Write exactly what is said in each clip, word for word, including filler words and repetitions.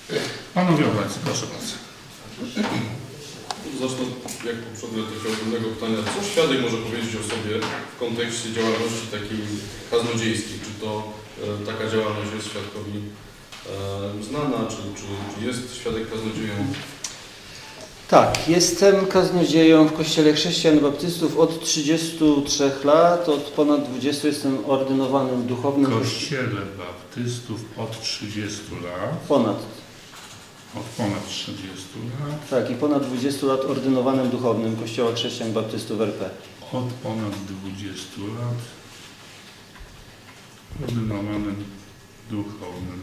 Panowie obecni, proszę bardzo. Zacznę jak poprzednio od takiego ogólnego pytania. Co świadek może powiedzieć o sobie w kontekście działalności takiej kaznodziejskiej? Czy to e, taka działalność jest świadkowi e, znana, czy, czy, czy jest świadek kaznodzieją? Tak, jestem kaznodzieją w Kościele Chrześcijan Baptystów od trzydziestu trzech lat, od ponad dwudziestu jestem ordynowanym duchownym. W Kościele Baptystów od trzydziestu lat. Ponad. Od ponad trzydziestu lat. Tak, i ponad dwudziestu lat ordynowanym duchownym Kościoła Chrześcijan Baptystów R P. Od ponad dwudziestu lat ordynowanym duchownym.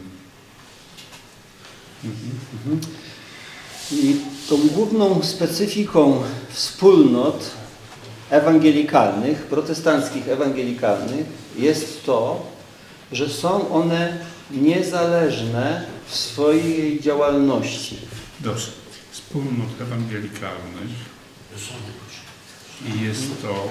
Mhm. Mhm. I tą główną specyfiką wspólnot ewangelikalnych, protestanckich ewangelikalnych jest to, że są one niezależne w swojej działalności. Dobrze. Wspólnot ewangelikalnych i jest to,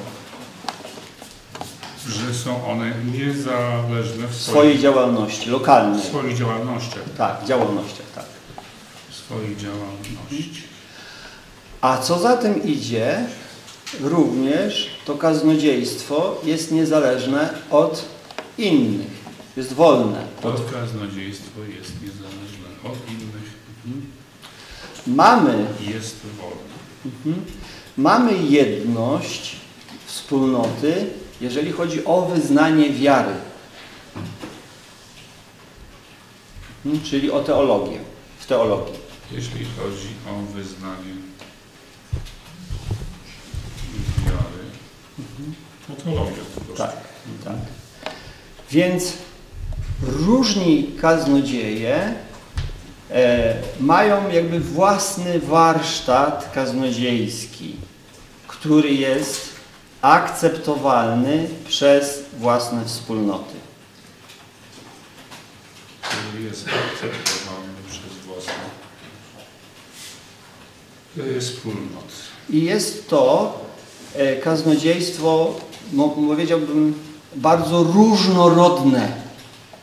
że są one niezależne w swojej, swojej działalności, lokalnej. W swoich działalnościach. Tak, działalnościach, tak. W swojej działalności. A co za tym idzie, również to kaznodziejstwo jest niezależne od innych. Jest wolne. To kaznodziejstwo jest niezależne od innych. Mhm. Mamy, jest wolne. Mhm. Mamy jedność wspólnoty, jeżeli chodzi o wyznanie wiary. Mhm. Czyli o teologię. W teologii. Jeśli chodzi o wyznanie wiary, mhm. o teologię po prostu. Tak, tak. Więc różni kaznodzieje e, mają jakby własny warsztat kaznodziejski, który jest akceptowalny przez własne wspólnoty. Który jest akceptowalny przez własne e, wspólnoty. I jest to e, kaznodziejstwo, mo, powiedziałbym, bardzo różnorodne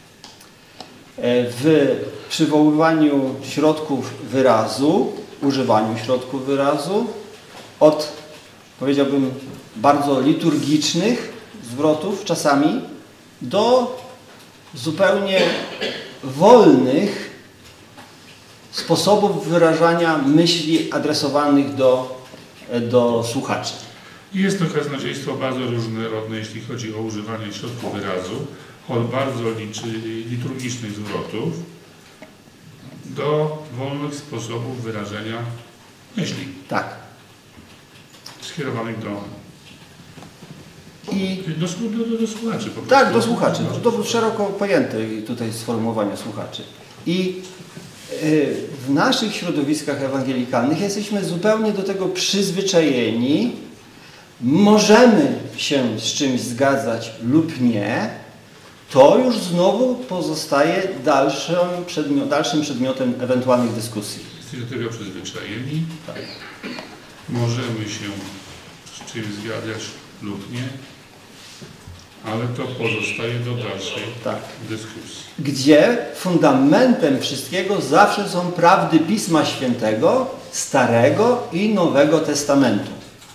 w przywoływaniu środków wyrazu, używaniu środków wyrazu, od, powiedziałbym, bardzo liturgicznych zwrotów czasami do zupełnie wolnych sposobów wyrażania myśli adresowanych do, do słuchaczy. Jest to kaznodziejstwo bardzo różnorodne, jeśli chodzi o używanie środków wyrazu, od bardzo liturgicznych zwrotów do wolnych sposobów wyrażenia myśli. Tak. Skierowanych do, I do, do, do, do słuchaczy. Po tak, do słuchaczy. To, to szeroko pojęte tutaj sformułowanie słuchaczy. I w naszych środowiskach ewangelikalnych jesteśmy zupełnie do tego przyzwyczajeni. Możemy się z czymś zgadzać lub nie. To już znowu pozostaje dalszym, przedmiot, dalszym przedmiotem ewentualnych dyskusji. Jesteśmy do tego przyzwyczajeni. Tak. Możemy się z czymś zgadzać lub nie, ale to pozostaje do dalszej tak. dyskusji. Gdzie fundamentem wszystkiego zawsze są prawdy Pisma Świętego, Starego i Nowego Testamentu.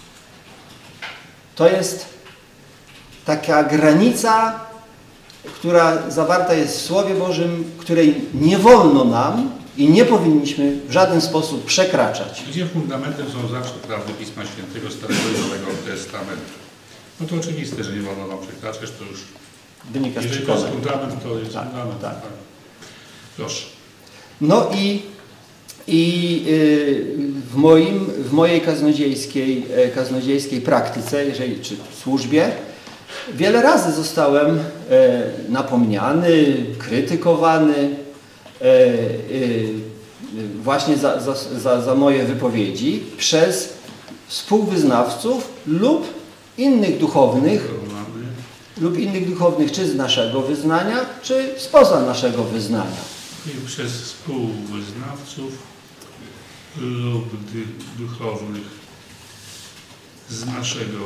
To jest taka granica, która zawarta jest w Słowie Bożym, której nie wolno nam i nie powinniśmy w żaden sposób przekraczać. Gdzie fundamentem są zawsze prawdy Pisma Świętego, Starego i Nowego Testamentu. No to oczywiste, że nie wolno nam przekraczać, to już wynika z jeżeli przekonań. to jest fundament, to jest tak, fundament. Tak. Tak. Proszę. No i, i w, moim, w mojej kaznodziejskiej, kaznodziejskiej praktyce, jeżeli, czy służbie, wiele razy zostałem e, napomniany, krytykowany e, e, właśnie za, za, za, za moje wypowiedzi przez współwyznawców lub innych duchownych, lub innych duchownych, czy z naszego wyznania, czy spoza naszego wyznania. I przez współwyznawców lub duchownych z naszego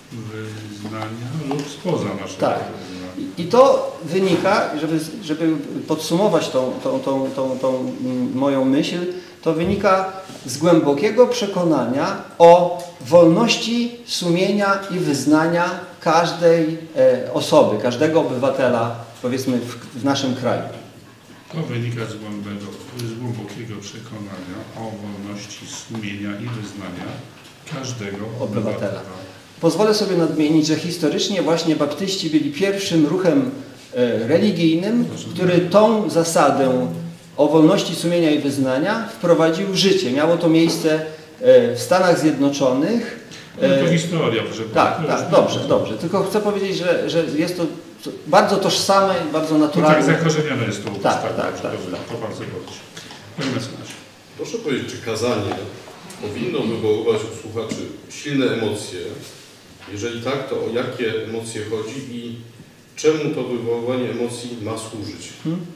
wyznania lub spoza naszego Tak. wyznania. I to wynika, żeby, żeby podsumować tą, tą, tą, tą, tą moją myśl, to wynika z głębokiego przekonania o wolności sumienia i wyznania każdej e, osoby, każdego obywatela, powiedzmy, w, w naszym kraju. To wynika z głębokiego, z głębokiego przekonania o wolności sumienia i wyznania każdego Obywatela. obywatela. Pozwolę sobie nadmienić, że historycznie właśnie baptyści byli pierwszym ruchem e, religijnym, który tą zasadę o wolności sumienia i wyznania wprowadził w życie. Miało to miejsce e, w Stanach Zjednoczonych. No to E, historia, proszę tak, pana. tak, dobrze, dobrze. Tylko chcę powiedzieć, że, że jest to bardzo tożsame i bardzo No tak, naturalne. zakorzenione jest to u was, Tak, tak, tak, dobrze, tak, dobrze, tak. to bardzo dobrze. Panie mecenasie. Proszę powiedzieć, czy kazanie powinno wywoływać u słuchaczy silne emocje? Jeżeli tak, to o jakie emocje chodzi i czemu to wywoływanie emocji ma służyć? Hmm?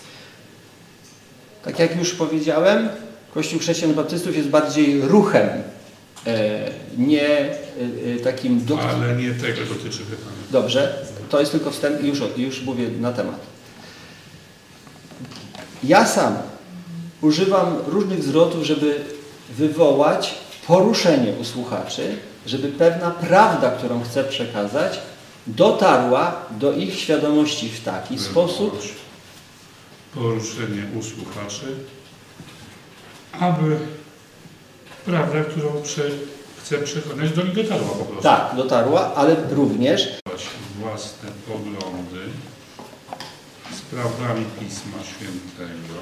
Tak jak już powiedziałem, Kościół Chrześcijan Baptystów jest bardziej ruchem, e, nie e, takim doktryną. Ale nie tego dotyczy pytanie. Dobrze, to jest tylko wstęp i już, już mówię na temat. Ja sam używam różnych zwrotów, żeby wywołać poruszenie u słuchaczy, żeby pewna prawda, którą chcę przekazać, dotarła do ich świadomości w taki sposób, Poruszenie u słuchaczy, aby prawda, którą prze, chcę przekonać, do nich dotarła po prostu. tak, dotarła, ale również Własne poglądy sprawami Pisma Świętego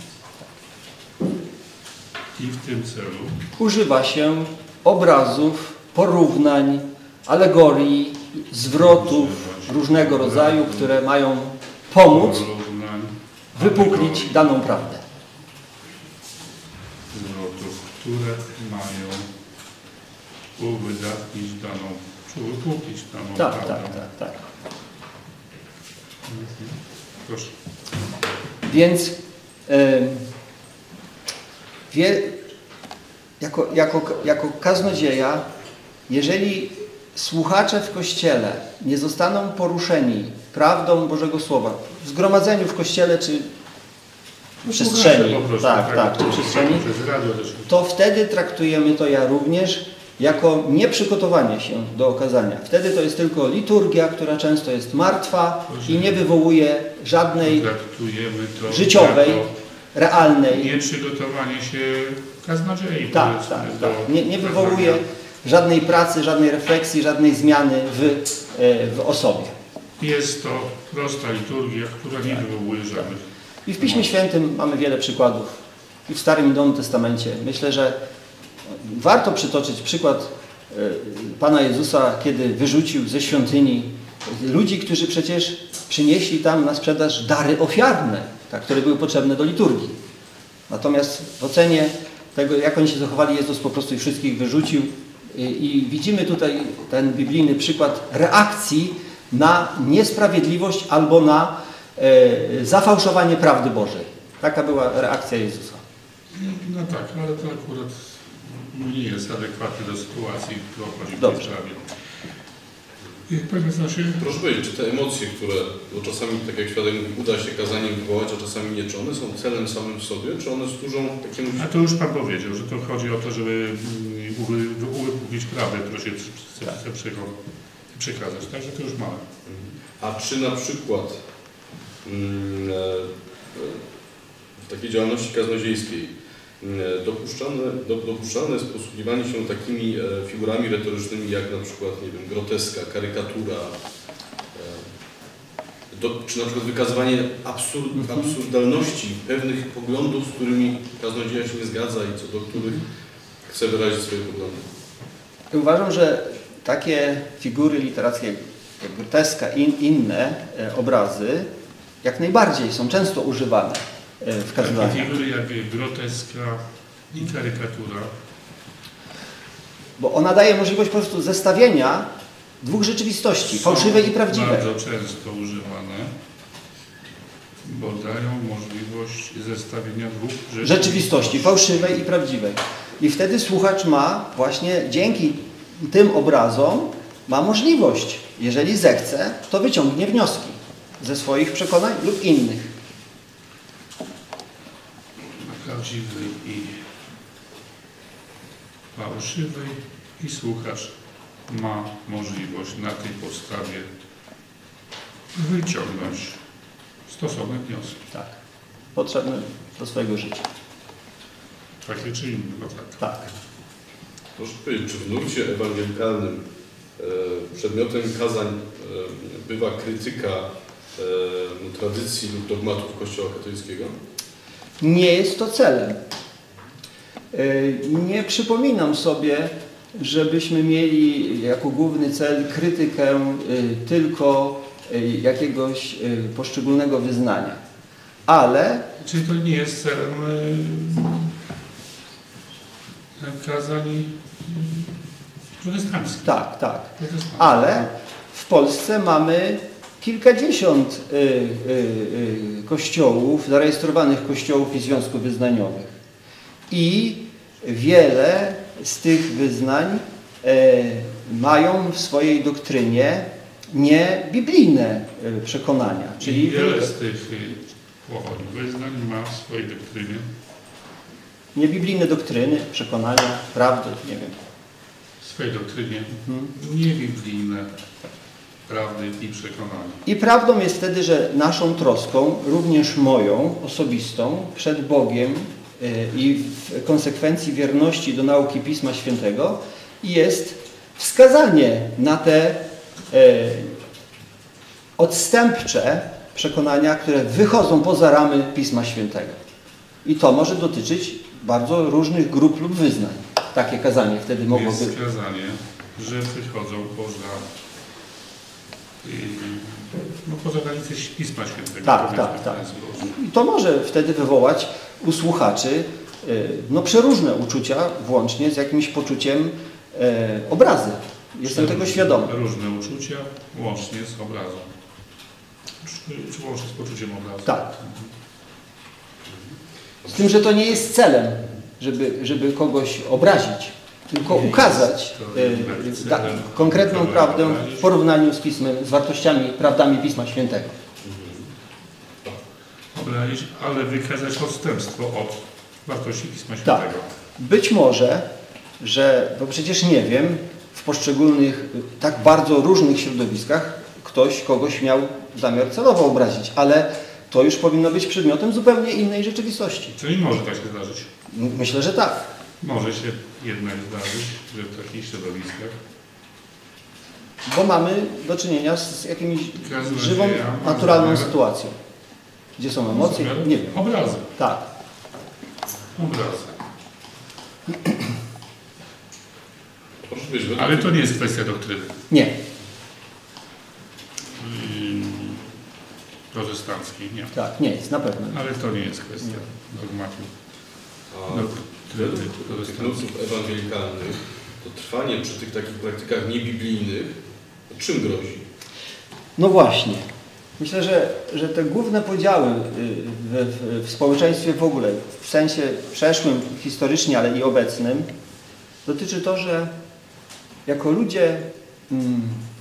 i w tym celu używa się obrazów, porównań, alegorii, zwrotów różnego rodzaju, które mają pomóc porównań, wypuklić daną prawdę. zwrotów, które mają uwydatnić daną, czy wypuklić daną Tak, prawdę. tak, tak, tak. Mhm. Proszę. Więc e, wie, jako, jako, jako kaznodzieja, jeżeli słuchacze w Kościele nie zostaną poruszeni prawdą Bożego Słowa, w zgromadzeniu w Kościele czy w przestrzeni, Po prostu, tak, tak, czy w przestrzeni, Przez radio też. to wtedy traktujemy to ja również jako nieprzygotowanie się do okazania. Wtedy to jest tylko liturgia, która często jest martwa i nie wywołuje żadnej Traktujemy to życiowej, jako realnej. nieprzygotowanie się kaznodziei. Tak, powiedzmy, tak, do tak. Nie, nie wywołuje kazania. żadnej pracy, żadnej refleksji, żadnej zmiany w, e, w osobie. Jest to prosta liturgia, która nie wywołuje żadnych. I w Piśmie Świętym mamy wiele przykładów. I w Starym i Nowym Testamencie. Myślę, że warto przytoczyć przykład e, Pana Jezusa, kiedy wyrzucił ze świątyni ludzi, którzy przecież przynieśli tam na sprzedaż dary ofiarne, tak, które były potrzebne do liturgii. Natomiast w ocenie tego, jak oni się zachowali, Jezus po prostu ich wszystkich wyrzucił. I, i widzimy tutaj ten biblijny przykład reakcji na niesprawiedliwość albo na e, zafałszowanie prawdy Bożej. Taka była reakcja Jezusa. No tak, ale to akurat nie jest adekwatne do sytuacji, która chodzi w tej Dobrze. sprawie. I Panie mecenasie, Proszę powiedzieć, czy te emocje, które no czasami, tak jak świadek mówi, uda się kazaniem wywołać, a czasami nie, czy one są celem samym w sobie, czy one służą takiemu... a to już Pan powiedział, że to chodzi o to, żeby mm, uwy- uwypuklić prawdę, którą się chce, chce przeko- przekazać. Także to już mamy. A czy na przykład mm, e, w takiej działalności kaznodziejskiej mm, dopuszczane, do, dopuszczalne jest posługiwanie się takimi e, figurami retorycznymi jak na przykład, nie wiem, groteska, karykatura, e, do, czy na przykład wykazywanie absurd, absurdalności pewnych poglądów, z którymi kaznodzieja się nie zgadza i co do których chce wyrazić swoje poglądy? Uważam, że takie figury literackie jak groteska i in, inne e, obrazy jak najbardziej są często używane e, w Takie kazaniach. figury jak groteska i karykatura. Bo ona daje możliwość po prostu zestawienia dwóch rzeczywistości, fałszywej i prawdziwej. Bardzo często używane, bo dają możliwość zestawienia dwóch rzeczywistości. Rzeczywistości, fałszywej i prawdziwej. I wtedy słuchacz ma właśnie dzięki tym obrazom ma możliwość, jeżeli zechce, to wyciągnie wnioski ze swoich przekonań lub innych. Prawdziwej i fałszywej i słuchacz ma możliwość na tej podstawie wyciągnąć stosowne wnioski. Tak. Potrzebne do swojego życia. Takie czy inne, tak. Tak. Proszę powiedzieć, czy w nurcie ewangelikalnym e, przedmiotem kazań e, bywa krytyka e, no, tradycji lub dogmatów Kościoła katolickiego? Nie jest to celem. Nie przypominam sobie, żebyśmy mieli jako główny cel krytykę tylko jakiegoś poszczególnego wyznania. Ale... Czyli to nie jest celem y, kazań protestanckich. Tak, tak. Ale w Polsce mamy kilkadziesiąt y, y, y, kościołów, zarejestrowanych kościołów i związków wyznaniowych. I wiele z tych wyznań y, mają w swojej doktrynie niebiblijne y, przekonania. Czyli wiele z tych y, wyznań ma w swojej doktrynie niebiblijne doktryny, przekonania, prawdy, nie wiem. w swojej doktrynie Mhm. niebiblijne prawdy i przekonania. I prawdą jest wtedy, że naszą troską, również moją, osobistą, przed Bogiem yy, i w konsekwencji wierności do nauki Pisma Świętego jest wskazanie na te yy, odstępcze przekonania, które wychodzą poza ramy Pisma Świętego. I to może dotyczyć bardzo różnych grup lub wyznań. Takie kazanie wtedy mogłoby... Jest kazanie, że wychodzą poza no poza granice Pisma Świętego. Tak, tak, tak. I to może wtedy wywołać u słuchaczy no, przeróżne uczucia, włącznie z jakimś poczuciem e, obrazy. Jestem tego świadomy. Różne uczucia, łącznie z obrazą. Czy, czy łącznie z poczuciem obrazu. Tak. Z tym, że to nie jest celem, żeby, żeby kogoś obrazić, tylko ukazać e, da, konkretną prawdę w porównaniu z Pismem, z wartościami, prawdami Pisma Świętego. Obrazić, ale wykazać odstępstwo od wartości Pisma Tak. Świętego. Być może, że, bo przecież nie wiem, w poszczególnych, tak bardzo różnych środowiskach ktoś kogoś miał zamiar celowo obrazić, ale to już powinno być przedmiotem zupełnie innej rzeczywistości. Czyli może tak się zdarzyć. Myślę, że tak. Może się jednak zdarzyć, że w takich środowiskach Bo mamy do czynienia z jakimś Każdy żywą, nadzieja, naturalną zamiar. sytuacją. Gdzie są emocje? Nie wiem. Obrazy. Tak. Obrazy. Proszę powiedzieć, według Ale to nie jest kwestia doktryny Nie. Ym, protestanckiej, nie. Tak, nie jest, na pewno. Ale to nie jest kwestia dogmatu. A według tych nurtów ewangelikalnych to trwanie przy tych takich praktykach niebiblijnych czym grozi? No właśnie. Myślę, że, że te główne podziały w, w, w społeczeństwie w ogóle, w sensie przeszłym, historycznie, ale i obecnym, dotyczy to, że jako ludzie mm,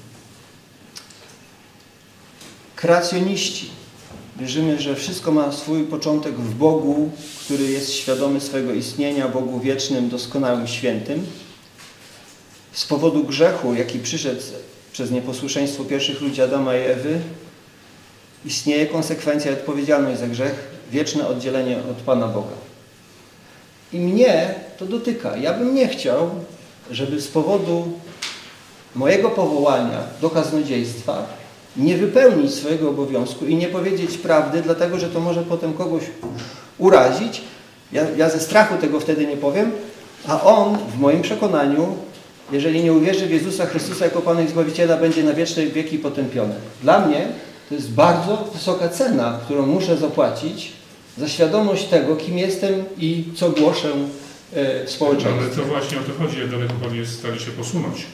kreacjoniści wierzymy, że wszystko ma swój początek w Bogu, który jest świadomy swojego istnienia, Bogu wiecznym, doskonałym, świętym. Z powodu grzechu, jaki przyszedł przez nieposłuszeństwo pierwszych ludzi Adama i Ewy, istnieje konsekwencja i odpowiedzialność za grzech, wieczne oddzielenie od Pana Boga. I mnie to dotyka. Ja bym nie chciał, żeby z powodu mojego powołania do kaznodziejstwa nie wypełnić swojego obowiązku i nie powiedzieć prawdy, dlatego że to może potem kogoś urazić. Ja, ja ze strachu tego wtedy nie powiem, a on w moim przekonaniu, jeżeli nie uwierzy w Jezusa Chrystusa jako Pana i Zbawiciela, będzie na wieczne wieki potępiony. Dla mnie to jest bardzo wysoka cena, którą muszę zapłacić za świadomość tego, kim jestem i co głoszę w społeczeństwie. Ale to właśnie o to chodzi, jak daleko Pan jest w stanie się posunąć,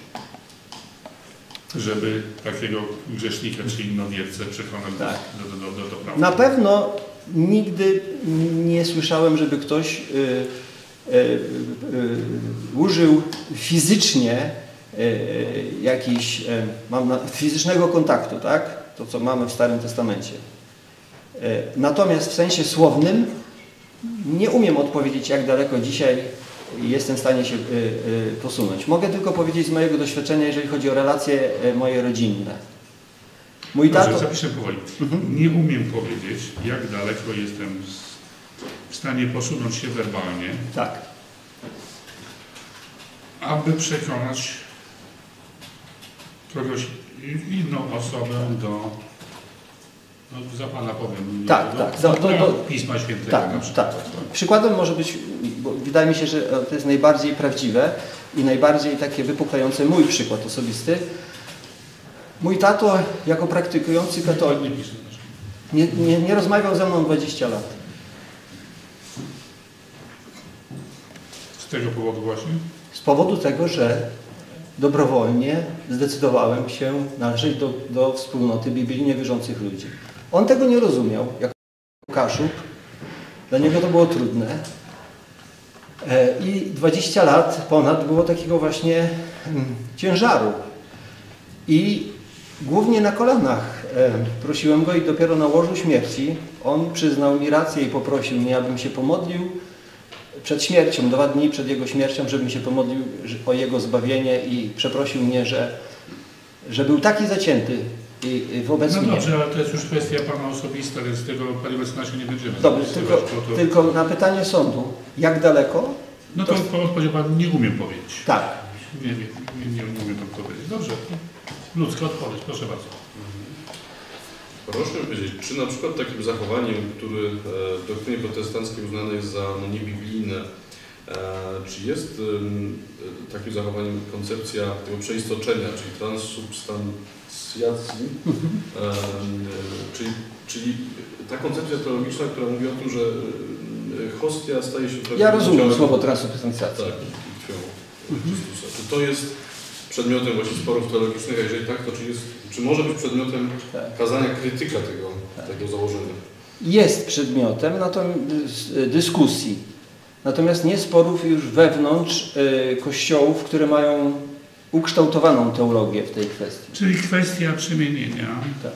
żeby takiego grzesznika czy innowiercę przekonać Tak. do, do, do, do, do prawdy. Na pewno nigdy nie słyszałem, żeby ktoś y, y, y, użył fizycznie jakiś, mam na, fizycznego kontaktu, tak? To, co mamy w Starym Testamencie. Natomiast w sensie słownym nie umiem odpowiedzieć, jak daleko dzisiaj jestem w stanie się posunąć. Mogę tylko powiedzieć z mojego doświadczenia, jeżeli chodzi o relacje moje rodzinne. Mój Dobrze, tato... zapiszę powoli. Mhm. Nie umiem powiedzieć, jak daleko jestem w stanie posunąć się werbalnie, Tak. aby przekonać kogoś, inną osobę do, no za Pana powiem, Tak, do, tak. do, Do- do- do do- Pisma Świętego Tak, na przykład. tak. Przykładem może być, bo wydaje mi się, że to jest najbardziej prawdziwe i najbardziej takie wypuklające mój przykład osobisty. Mój tato, jako praktykujący katolik, Nie piszę. nie, nie, nie rozmawiał ze mną dwadzieścia lat. Z tego powodu właśnie? Z powodu tego, że dobrowolnie zdecydowałem się należeć do, do wspólnoty biblijnie wierzących ludzi. On tego nie rozumiał jako Kaszub. Dla niego to było trudne. E, I dwadzieścia lat ponad było takiego właśnie mm, ciężaru. I głównie na kolanach e, prosiłem go i dopiero na łożu śmierci on przyznał mi rację i poprosił mnie, abym się pomodlił przed śmiercią, dwa dni przed jego śmiercią, żebym się pomodlił o jego zbawienie i przeprosił mnie, że, że był taki zacięty i, i wobec No mnie. dobrze, ale to jest już kwestia Pana osobista, więc tego Panie mecenasie nie będziemy Dobrze, zapisywać, tylko, bo to... tylko na pytanie sądu, jak daleko? No to odpowiedział Pan, nie umiem powiedzieć. Tak. Nie, nie, nie, nie, nie umiem tak powiedzieć. Dobrze, ludzka odpowiedź, proszę bardzo. Proszę mi powiedzieć, czy na przykład takim zachowaniem, który w doktrynie protestanckiej uznane jest za no, niebiblijne, e, czy jest e, takim zachowaniem koncepcja tego przeistoczenia, czyli transsubstancjacji, e, e, czyli, czyli ta koncepcja teologiczna, która mówi o tym, że hostia staje się... Ja rozumiem ciałem, słowo transubstancjacja. tak, krwią Chrystusa. Czy to jest przedmiotem właśnie sporów teologicznych, a jeżeli tak, to czy, jest, czy może być przedmiotem Tak. kazania krytyka tego, Tak. tego założenia? Jest przedmiotem natomiast, dyskusji, natomiast nie sporów już wewnątrz y, kościołów, które mają ukształtowaną teologię w tej kwestii. Czyli kwestia przemienienia. Tak.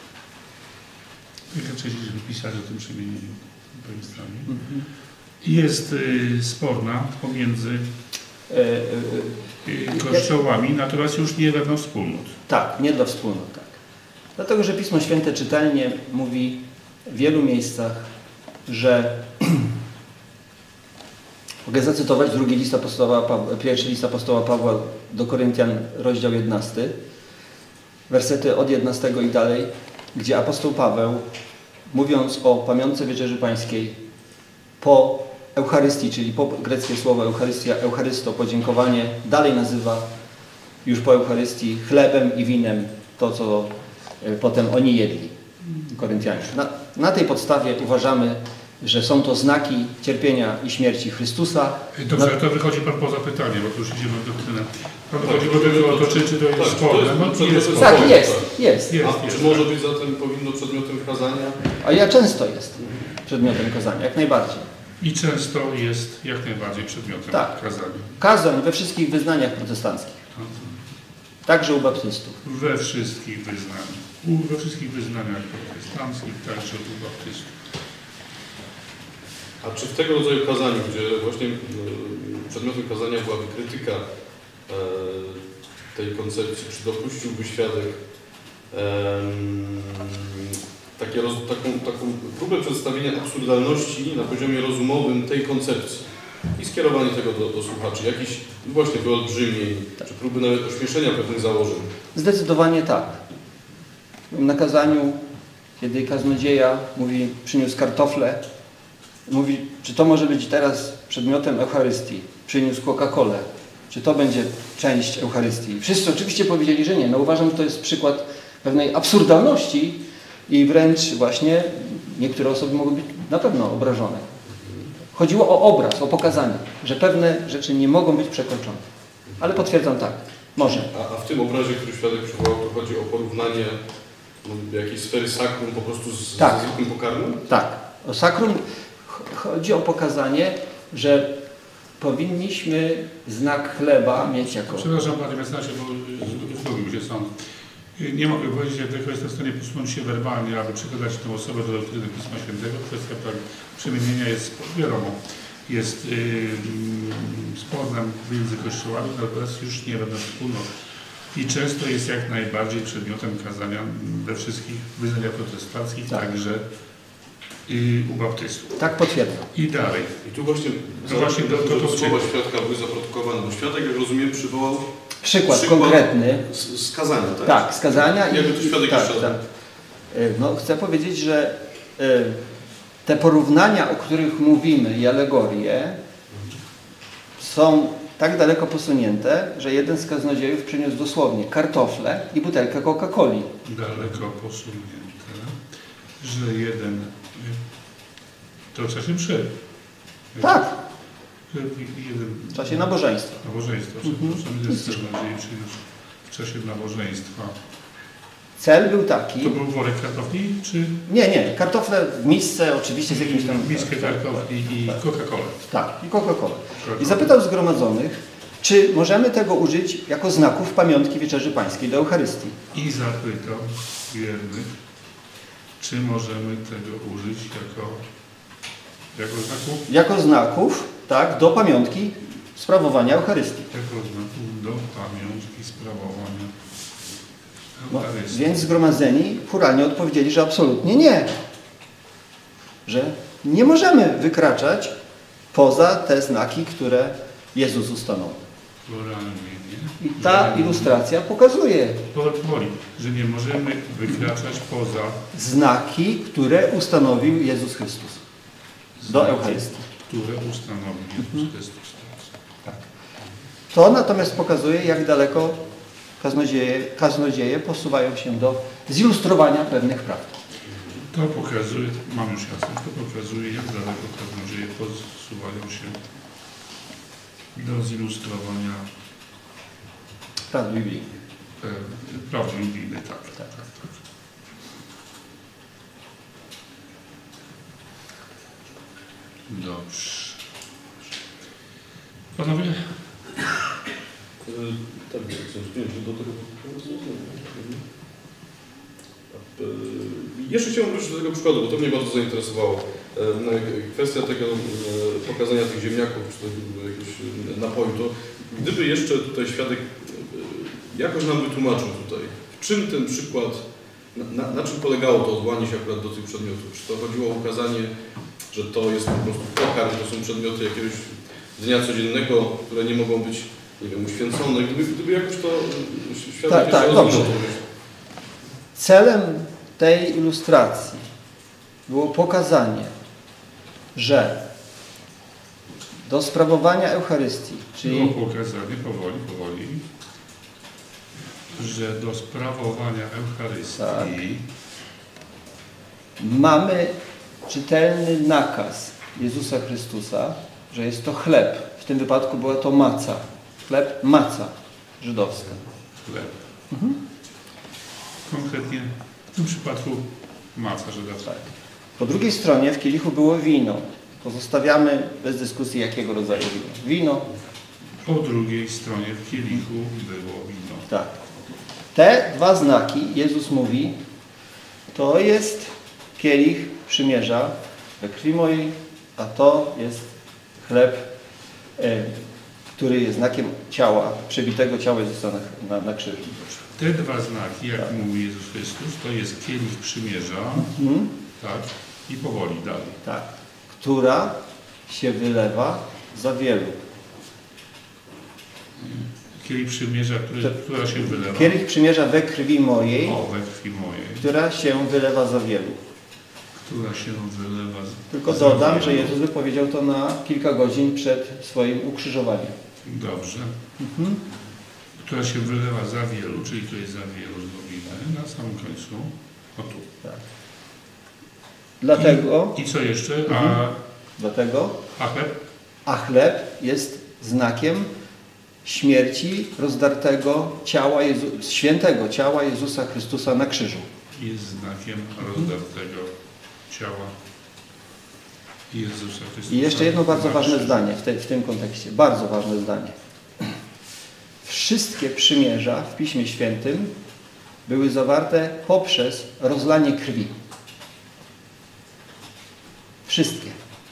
Tylko wcześniej, żeby pisać o tym przemienieniu po tej stronie. Mhm. Jest y, sporna pomiędzy Y, y, y, kościołami, natomiast już nie wewnątrz wspólnot. Tak, nie dla wspólnot, tak. Dlatego, że Pismo Święte czytelnie mówi w wielu miejscach, że mogę zacytować drugi list apostoła Pawła, pierwszy list apostoła Pawła do Koryntian, rozdział jedenasty, wersety od jedenastego i dalej, gdzie apostoł Paweł, mówiąc o pamiątce Wieczerzy Pańskiej, po Eucharystii, czyli po greckie słowo Eucharystia, Eucharysto, podziękowanie, dalej nazywa już po Eucharystii chlebem i winem to, co y, potem oni jedli, Koryntianie. Na, na tej podstawie uważamy, że są to znaki cierpienia i śmierci Chrystusa. Dobrze, No, to wychodzi Pan poza pytanie, bo tu już idziemy w doktrynę. Pan wychodzi do tego, o to, czy, czy to jest Tak, sporne. to jest No, przedmiotem jest sporu. sporne. tak, jest, jest. Jest, A jest, czy może być zatem powinno przedmiotem kazania? A ja często jest przedmiotem kazania, jak najbardziej. I często jest jak najbardziej przedmiotem Tak. kazania. Kazań we wszystkich wyznaniach protestanckich, także u baptystów. We wszystkich wyznaniach. U- We wszystkich wyznaniach protestanckich, także u baptystów. A czy w tego rodzaju kazaniu, gdzie właśnie y, przedmiotem kazania byłaby krytyka e, tej koncepcji, czy dopuściłby świadek em, takie roz, taką, taką próbę przedstawienia absurdalności na poziomie rozumowym tej koncepcji i skierowanie tego do, do słuchaczy, jakiś właśnie wyolbrzymień, czy próby nawet ośmieszenia pewnych założeń? Zdecydowanie tak. Na kazaniu, kiedy kaznodzieja mówi, przyniósł kartofle, mówi, czy to może być teraz przedmiotem Eucharystii, przyniósł Coca-Colę, czy to będzie część Eucharystii. Wszyscy oczywiście powiedzieli, że nie. No uważam, że to jest przykład pewnej absurdalności i wręcz właśnie niektóre osoby mogą być na pewno obrażone. Chodziło o obraz, o pokazanie, że pewne rzeczy nie mogą być przekroczone. Ale potwierdzam tak, może. A, a w tym obrazie, który świadek przywołał, to chodzi o porównanie no, jakiejś sfery sakrum po prostu z, Tak. z zwykłym pokarmem? Tak. O sakrum ch- chodzi o pokazanie, że powinniśmy znak chleba mieć jako... Przepraszam Panie Mecenasie, bo zgubił się sąd. Nie mogę powiedzieć, jak tylko jestem w stanie posunąć się werbalnie, aby przekazać tę osobę do doktryny Pisma Świętego. Kwestia przemienienia jest wiadomo, jest yy, sporem między kościołami, natomiast już nie będą wspólnot. I często jest jak najbardziej przedmiotem kazania we wszystkich wyznaniach protestanckich, tak. także i u baptystów. Tak potwierdzam. I dalej. I tu właśnie, no właśnie do, to, to, to słowa świadka były zaprotokowane, bo świadek, jak rozumiem, przywołał Przykład, przykład konkretny. skazania, tak? Tak, skazania. I jakby tu świadek tak, jeszcze tak. No, chcę powiedzieć, że y, te porównania, o których mówimy i alegorie są tak daleko posunięte, że jeden z kaznodziejów przyniósł dosłownie kartofle i butelkę Coca-Coli. Daleko posunięte, że jeden... To w czasie mszy. Tak. Jeden... W czasie nabożeństwa. Nabożeństwa, przepraszam, jeden z kaznodziei przyniósł w czasie nabożeństwa. Cel był taki... To był worek kartofli, czy... Nie, nie. Kartofle w misce, oczywiście z jakimś tam... Miskę kartofli i Coca-Colę. Tak, i Coca-Colę. I zapytał zgromadzonych, czy możemy tego użyć jako znaków pamiątki Wieczerzy Pańskiej do Eucharystii. I zapytał wiernych, czy możemy tego użyć jako, jako znaków? Jako znaków, tak, do pamiątki sprawowania Eucharystii. Jako znaków do pamiątki sprawowania No, Eucharystii. więc zgromadzeni chóralnie odpowiedzieli, że absolutnie nie. Że nie możemy wykraczać poza te znaki, które Jezus ustanowił. Chóralnie, nie? I ta ilustracja pokazuje Powoli, że nie możemy wykraczać poza znaki, które ustanowił Jezus Chrystus do znaki, Eucharystii. które ustanowił Jezus Chrystus. Tak. To natomiast pokazuje, jak daleko kaznodzieje, kaznodzieje posuwają się do zilustrowania pewnych prawd. To pokazuje, mam już jasność, to pokazuje, jak daleko kaznodzieje posuwają się do zilustrowania Prawd biblijnych. e, prawdy biblijnej, tak, tak, tak, tak. Dobrze. Panowie? Yy, tak, do tego. Yy, jeszcze chciałem wrócić do tego przykładu, bo to mnie bardzo zainteresowało. Yy, kwestia tego yy, pokazania tych ziemniaków, czy tego jakiegoś napoju, to gdyby jeszcze tutaj świadek yy, jakoś nam wytłumaczył tutaj, w czym ten przykład, na, na, na czym polegało to odwołanie się akurat do tych przedmiotów? Czy to chodziło o ukazanie, że to jest po prostu pokarm, to są przedmioty jakiegoś dnia codziennego, które nie mogą być, nie wiem, uświęcone. Gdyby, gdyby jakoś to świadek Tak, tak, jeszcze dobrze. rozwinął to myśl. Celem tej ilustracji było pokazanie, że do sprawowania Eucharystii, czyli Było pokazane powoli, powoli, że do sprawowania Eucharystii Tak. mamy czytelny nakaz Jezusa Chrystusa, że jest to chleb. W tym wypadku była to maca. Chleb, maca żydowska. chleb. Mhm. Konkretnie w tym przypadku maca żydowska. Tak. Po drugiej stronie w kielichu było wino. Pozostawiamy bez dyskusji, jakiego rodzaju wino. Wino. Po drugiej stronie w kielichu było wino. Tak. Te dwa znaki, Jezus mówi, to jest kielich przymierza we krwi mojej, a to jest chleb, e, który jest znakiem ciała, przebitego ciała Jezusa na, na, na krzyżu. Te dwa znaki, jak Tak. mówi Jezus Chrystus, to jest kielich przymierza, Mhm. tak, i powoli dalej. Tak. Która się wylewa za wielu. Kielich przymierza, który, To- która się wylewa. Kielich przymierza we krwi mojej, O, we krwi mojej, która się wylewa za wielu. która się wylewa. z- Tylko za dodam, wielu. że Jezus wypowiedział to na kilka godzin przed swoim ukrzyżowaniem. Dobrze. Mhm. Która się wylewa za wielu, czyli to jest za wielu zrobimy na samym końcu. O tu. Tak. Dlatego, I co jeszcze? A, Mhm. dlatego, a chleb? a chleb jest znakiem śmierci rozdartego ciała Jezu, świętego ciała Jezusa Chrystusa na krzyżu. Jest znakiem rozdartego ciała Jezusa Chrystusa. I jeszcze jedno bardzo ważne zdanie w, te, w tym kontekście. Bardzo ważne zdanie. Wszystkie przymierza w Piśmie Świętym były zawarte poprzez rozlanie krwi. Wszystkie.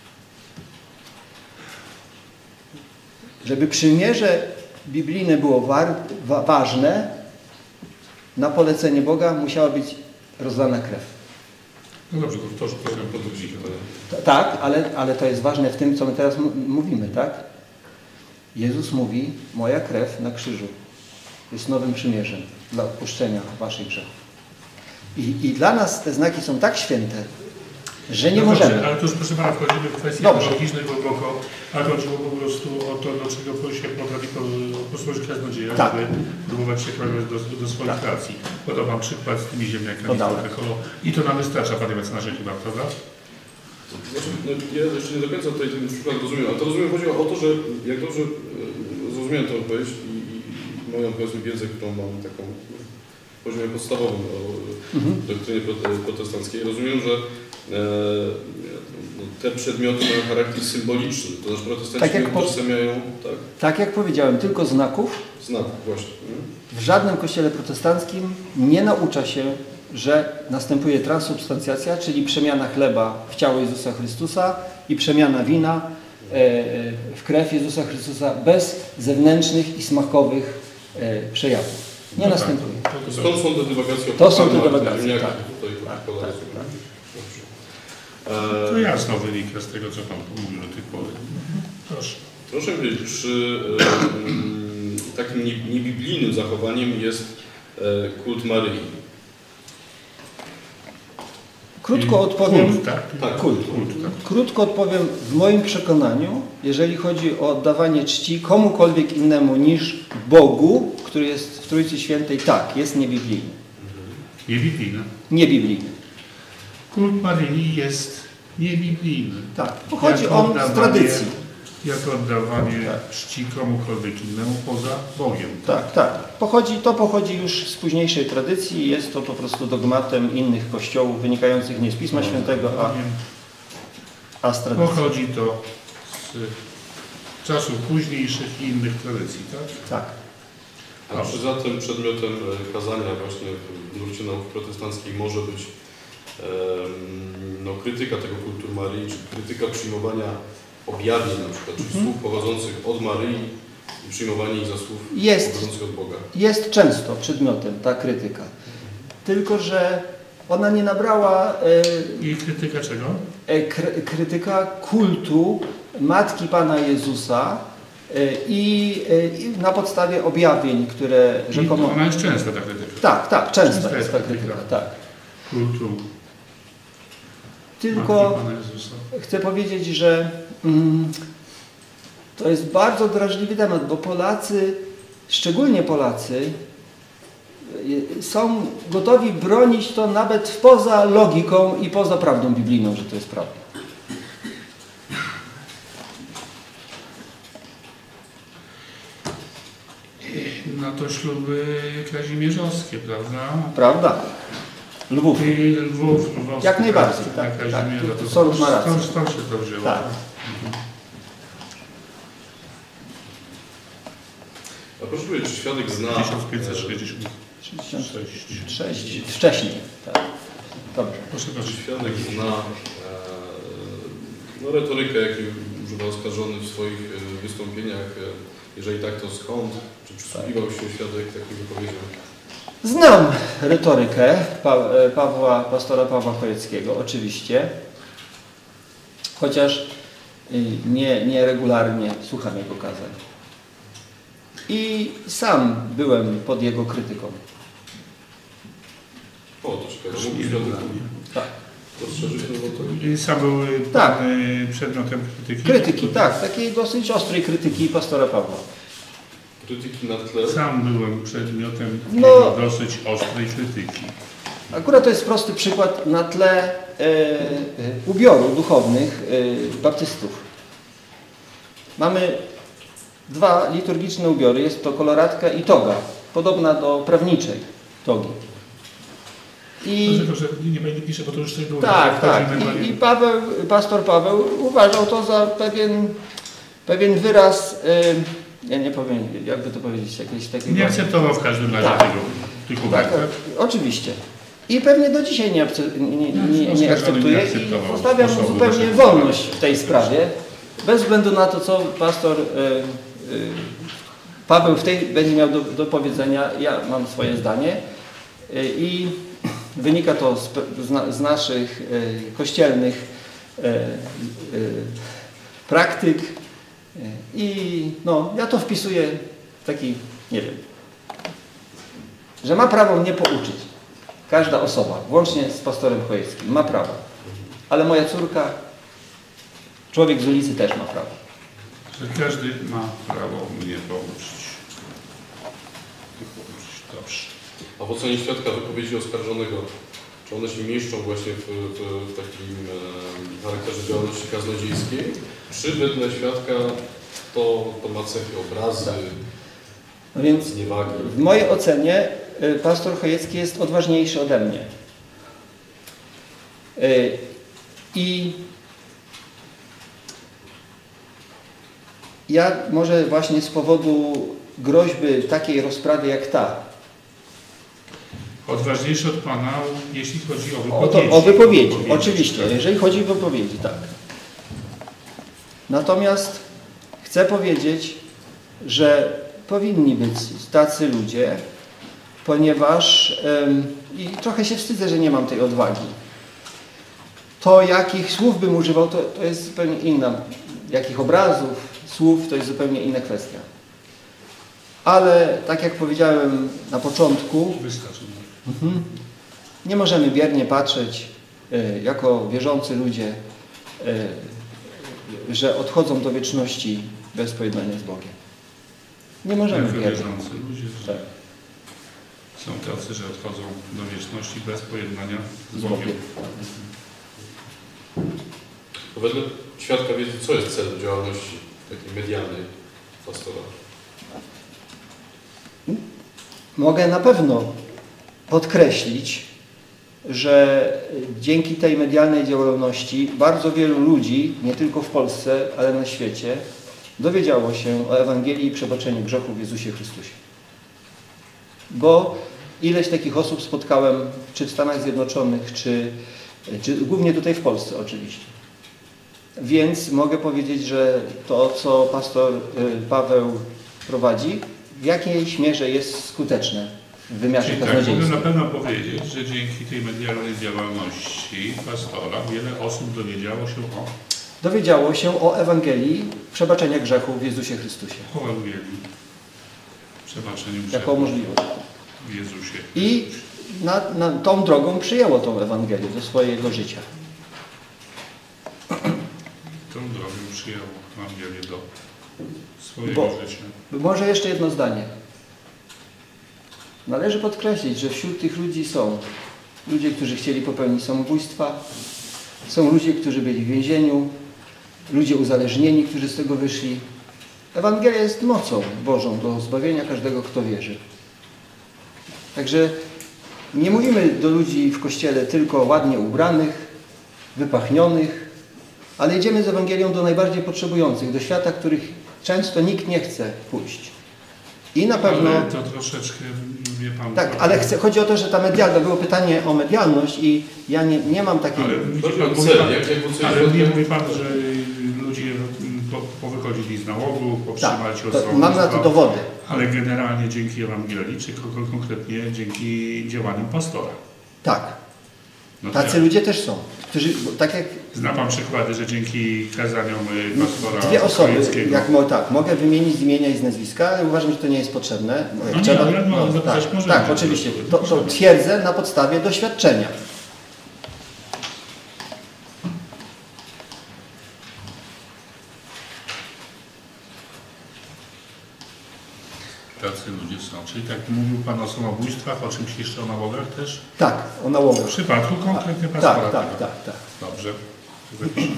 Żeby przymierze biblijne było war, wa, ważne, na polecenie Boga musiała być rozlana krew. No dobrze, to to, to, to, to Tak, ale, ale to jest ważne w tym, co my teraz mówimy, tak? Jezus mówi, moja krew na krzyżu jest nowym przymierzem dla odpuszczenia waszych grzechów. I, I dla nas te znaki są tak święte, że nie no możemy. Dobrze, ale to już proszę pana wchodzimy w kwestie teologiczne głęboko, a chodziło po prostu o to, do czego się potrafi posłużyć kaznodzieja, tak. żeby próbować się kłaść do, do swoich tak. racji. Podał pan przykład z tymi ziemniakami Podałem. i to nam wystarcza, panie mecenasie, chyba, prawda? Znaczy, no, ja jeszcze nie do końca tutaj ten przykład rozumiem, ale to rozumiem, chodziło o to, że jak dobrze e, zrozumiałem tę odpowiedź i, i moją powiedzmy wiedzę, którą mam taką w poziomie podstawowym o mhm. doktrynie protestanckiej, rozumiem, że e, te przedmioty mają charakter symboliczny, to znaczy protestanci tak jak utożsamiają, tak? Tak jak powiedziałem, tylko znaków. Znaków, właśnie. W żadnym kościele protestanckim nie naucza się, że następuje transubstancjacja, czyli przemiana chleba w ciało Jezusa Chrystusa i przemiana wina w krew Jezusa Chrystusa bez zewnętrznych i smakowych przejawów. Nie no następuje. Tak. Stąd są te dywagacje. To są te dywagacje, tak. Tutaj, tak, tak, tak, tak. To jasno wynika z tego, co pan mówił do tej pory. Proszę. Proszę powiedzieć, czy y, takim niebiblijnym zachowaniem jest y, kult Maryi? Krótko odpowiem. Kult, tak? Tak, kult. kult tak. Krótko odpowiem, w moim przekonaniu, jeżeli chodzi o oddawanie czci komukolwiek innemu niż Bogu, który jest w Trójcy Świętej, tak, jest niebiblijny. Niebiblijny. Niebiblijny. Kult Maryi jest niebiblijny. Tak, pochodzi jako on z tradycji. Jako oddawanie tak. czci komukolwiek innemu poza Bogiem. Tak, tak. Pochodzi, to pochodzi już z późniejszej tradycji. Jest to po prostu dogmatem innych kościołów wynikających nie z Pisma Świętego, a, a z tradycji. Pochodzi to z czasów późniejszych i innych tradycji, tak? Tak. A czy zatem przedmiotem kazania właśnie w nurcie nauk protestanckiej może być no, krytyka tego kultu Maryi, czy krytyka przyjmowania objawień na przykład, czy mhm. słów pochodzących od Maryi i przyjmowanie ich za słów jest, pochodzących od Boga? Jest często przedmiotem ta krytyka. Tylko że ona nie nabrała... E, I krytyka czego? E, kry, krytyka kultu Matki Pana Jezusa e, i, e, i na podstawie objawień, które rzekomo... I ona jest częsta ta krytyka. Tak, tak, częsta, częsta jest ta krytyka, krytyka. Tak. Kultu Tylko chcę powiedzieć, że mm, to jest bardzo drażliwy temat, bo Polacy, szczególnie Polacy, są gotowi bronić to nawet poza logiką i poza prawdą biblijną, że to jest prawda. No to śluby kazimierzowskie, prawda? Prawda. Lwów. I Lwów, Lwowska, jak najbardziej, tak. tak, tak. To, Sorów ma rację. Stąd, stąd się to wzięło. Tak. Mhm. A proszę powiedzieć, czy świadek zna... tysiąc pięćset sześćdziesiąt sześć. Wcześniej. Tak. Dobrze. Proszę, czy świadek zna e, no, retorykę, jakiej używa oskarżony w swoich e, wystąpieniach? E, jeżeli tak, to skąd? Czy przysługiwał się świadek takim wypowiedziom? Znam retorykę pa Pawła, pastora Pawła Chojeckiego, oczywiście, chociaż nie, nie regularnie słucham jego kazań. I sam byłem pod jego krytyką. O, to ciekawe. Mógł świadek tak. rozszerzyć to? I sam był tak. przedmiotem krytyki? Krytyki, tak. Takiej dosyć ostrej krytyki pastora Pawła. Krytyki na tle? Sam byłem przedmiotem no, dosyć ostrej krytyki. Akurat to jest prosty przykład na tle e, e, ubioru duchownych e, baptystów. Mamy dwa liturgiczne ubiory. Jest to koloratka i toga, podobna do prawniczej togi. I To, że nie będzie pisze, bo to już coś było. tak, tak. I, i Paweł, pastor Paweł uważał to za pewien, pewien wyraz, y, ja nie powiem, jakby to powiedzieć, jakieś takiego... Nie akceptował w każdym razie Tak. tego typu Tak, tak, oczywiście. I pewnie do dzisiaj nie, nie, nie, nie akceptuje i postawiam mu zupełnie wolność w tej sprawie, bez względu na to, co pastor y, y, Paweł w tej będzie miał do, do powiedzenia. Ja mam swoje zdanie y, i wynika to z, z, z naszych y, kościelnych y, y, praktyk y, i no, ja to wpisuję w taki, nie wiem, że ma prawo mnie pouczyć. Każda osoba, włącznie z pastorem Chojeckim, ma prawo. Ale moja córka, człowiek z ulicy też ma prawo. Że każdy ma prawo mnie pouczyć. Dobrze. A w ocenie świadka wypowiedzi oskarżonego, czy one się mieszczą właśnie w, w, w takim e, charakterze działalności kaznodziejskiej? Czy wedle świadka to, to ma cechy obrazy, No więc zniewagi? w mojej ocenie y, pastor Chojecki jest odważniejszy ode mnie. Y, I ja może właśnie z powodu groźby takiej rozprawy jak ta, Odważniejszy od Pana, jeśli chodzi o o, wypowiedzi. to, o wypowiedzi, Wypowiedzi, oczywiście, tak. jeżeli chodzi o wypowiedzi, tak. Natomiast chcę powiedzieć, że powinni być tacy ludzie, ponieważ ym, i trochę się wstydzę, że nie mam tej odwagi. To, jakich słów bym używał, to, to jest zupełnie inna. Jakich obrazów, słów, to jest zupełnie inna kwestia. Ale tak jak powiedziałem na początku, Wystarczy. mhm, nie możemy biernie patrzeć y, jako wierzący ludzie, y, że odchodzą do wieczności bez pojednania z Bogiem. Nie możemy Jako biernie. wierzący ludzie, że Tak. są tacy, że odchodzą do wieczności bez pojednania z Z Bogiem. Bogiem. To wedle świadka wiedzy, co jest celem działalności takiej medialnej pastora? Mogę na pewno podkreślić, że dzięki tej medialnej działalności bardzo wielu ludzi, nie tylko w Polsce, ale na świecie, dowiedziało się o Ewangelii i przebaczeniu grzechów w Jezusie Chrystusie. Bo ileś takich osób spotkałem, czy w Stanach Zjednoczonych, czy, czy głównie tutaj w Polsce oczywiście. Więc mogę powiedzieć, że to, co pastor Paweł prowadzi, w jakiejś mierze jest skuteczne w wymiarze Czyli tak, mogę kaznodziejskim. na pewno powiedzieć, że dzięki tej medialnej działalności pastora wiele osób dowiedziało się o, Dowiedziało się o Ewangelii przebaczenia grzechów w Jezusie Chrystusie. o Ewangelii, przebaczeniu Jako grzechów możliwość. w Jezusie. I na, na tą drogą przyjęło tą Ewangelię do swojego życia. Tą drogę przyjęło Ewangelię do swojego Bo- życia. Może jeszcze jedno zdanie. Należy podkreślić, że wśród tych ludzi są ludzie, którzy chcieli popełnić samobójstwa, są ludzie, którzy byli w więzieniu, ludzie uzależnieni, którzy z tego wyszli. Ewangelia jest mocą Bożą do zbawienia każdego, kto wierzy. Także nie mówimy do ludzi w Kościele tylko ładnie ubranych, wypachnionych, ale idziemy z Ewangelią do najbardziej potrzebujących, do świata, których często nikt nie chce pójść. I na pewno... Ale to troszeczkę, wie Pan... Tak, ale chcę, chodzi o to, że ta medialna, było pytanie o medialność i ja nie, nie mam takiej... Ale widzi Dobrze, pan, mówi cel, pan, jak- jak ocenić ale nie świadka? mówi Pan, że ludzie po, powychodzili z nałogu, powstrzymali się od Tak, to mam na to dowody. ale generalnie dzięki Ewangelii, czy kon- konkretnie dzięki działaniom pastora. Tak, No to tacy jak? ludzie też są, którzy, bo tak jak Zna Pan przykłady, że dzięki kazaniom y, pastora dwie osoby, Chojeckiego- jak mo, tak, mogę wymienić z imienia i z nazwiska, ale uważam, że to nie jest potrzebne. Bo jak No nie, trzeba, ale no, no, zapytać tak, możemy. tak, oczywiście. To, to twierdzę na podstawie doświadczenia. Tacy ludzie są. Czyli tak mówił Pan o samobójstwach, o czymś jeszcze o nałogach też? Tak, o W nałogach. przypadku konkretnie pastora. Tak, tak, tak, tak. Dobrze. Zapiszemy.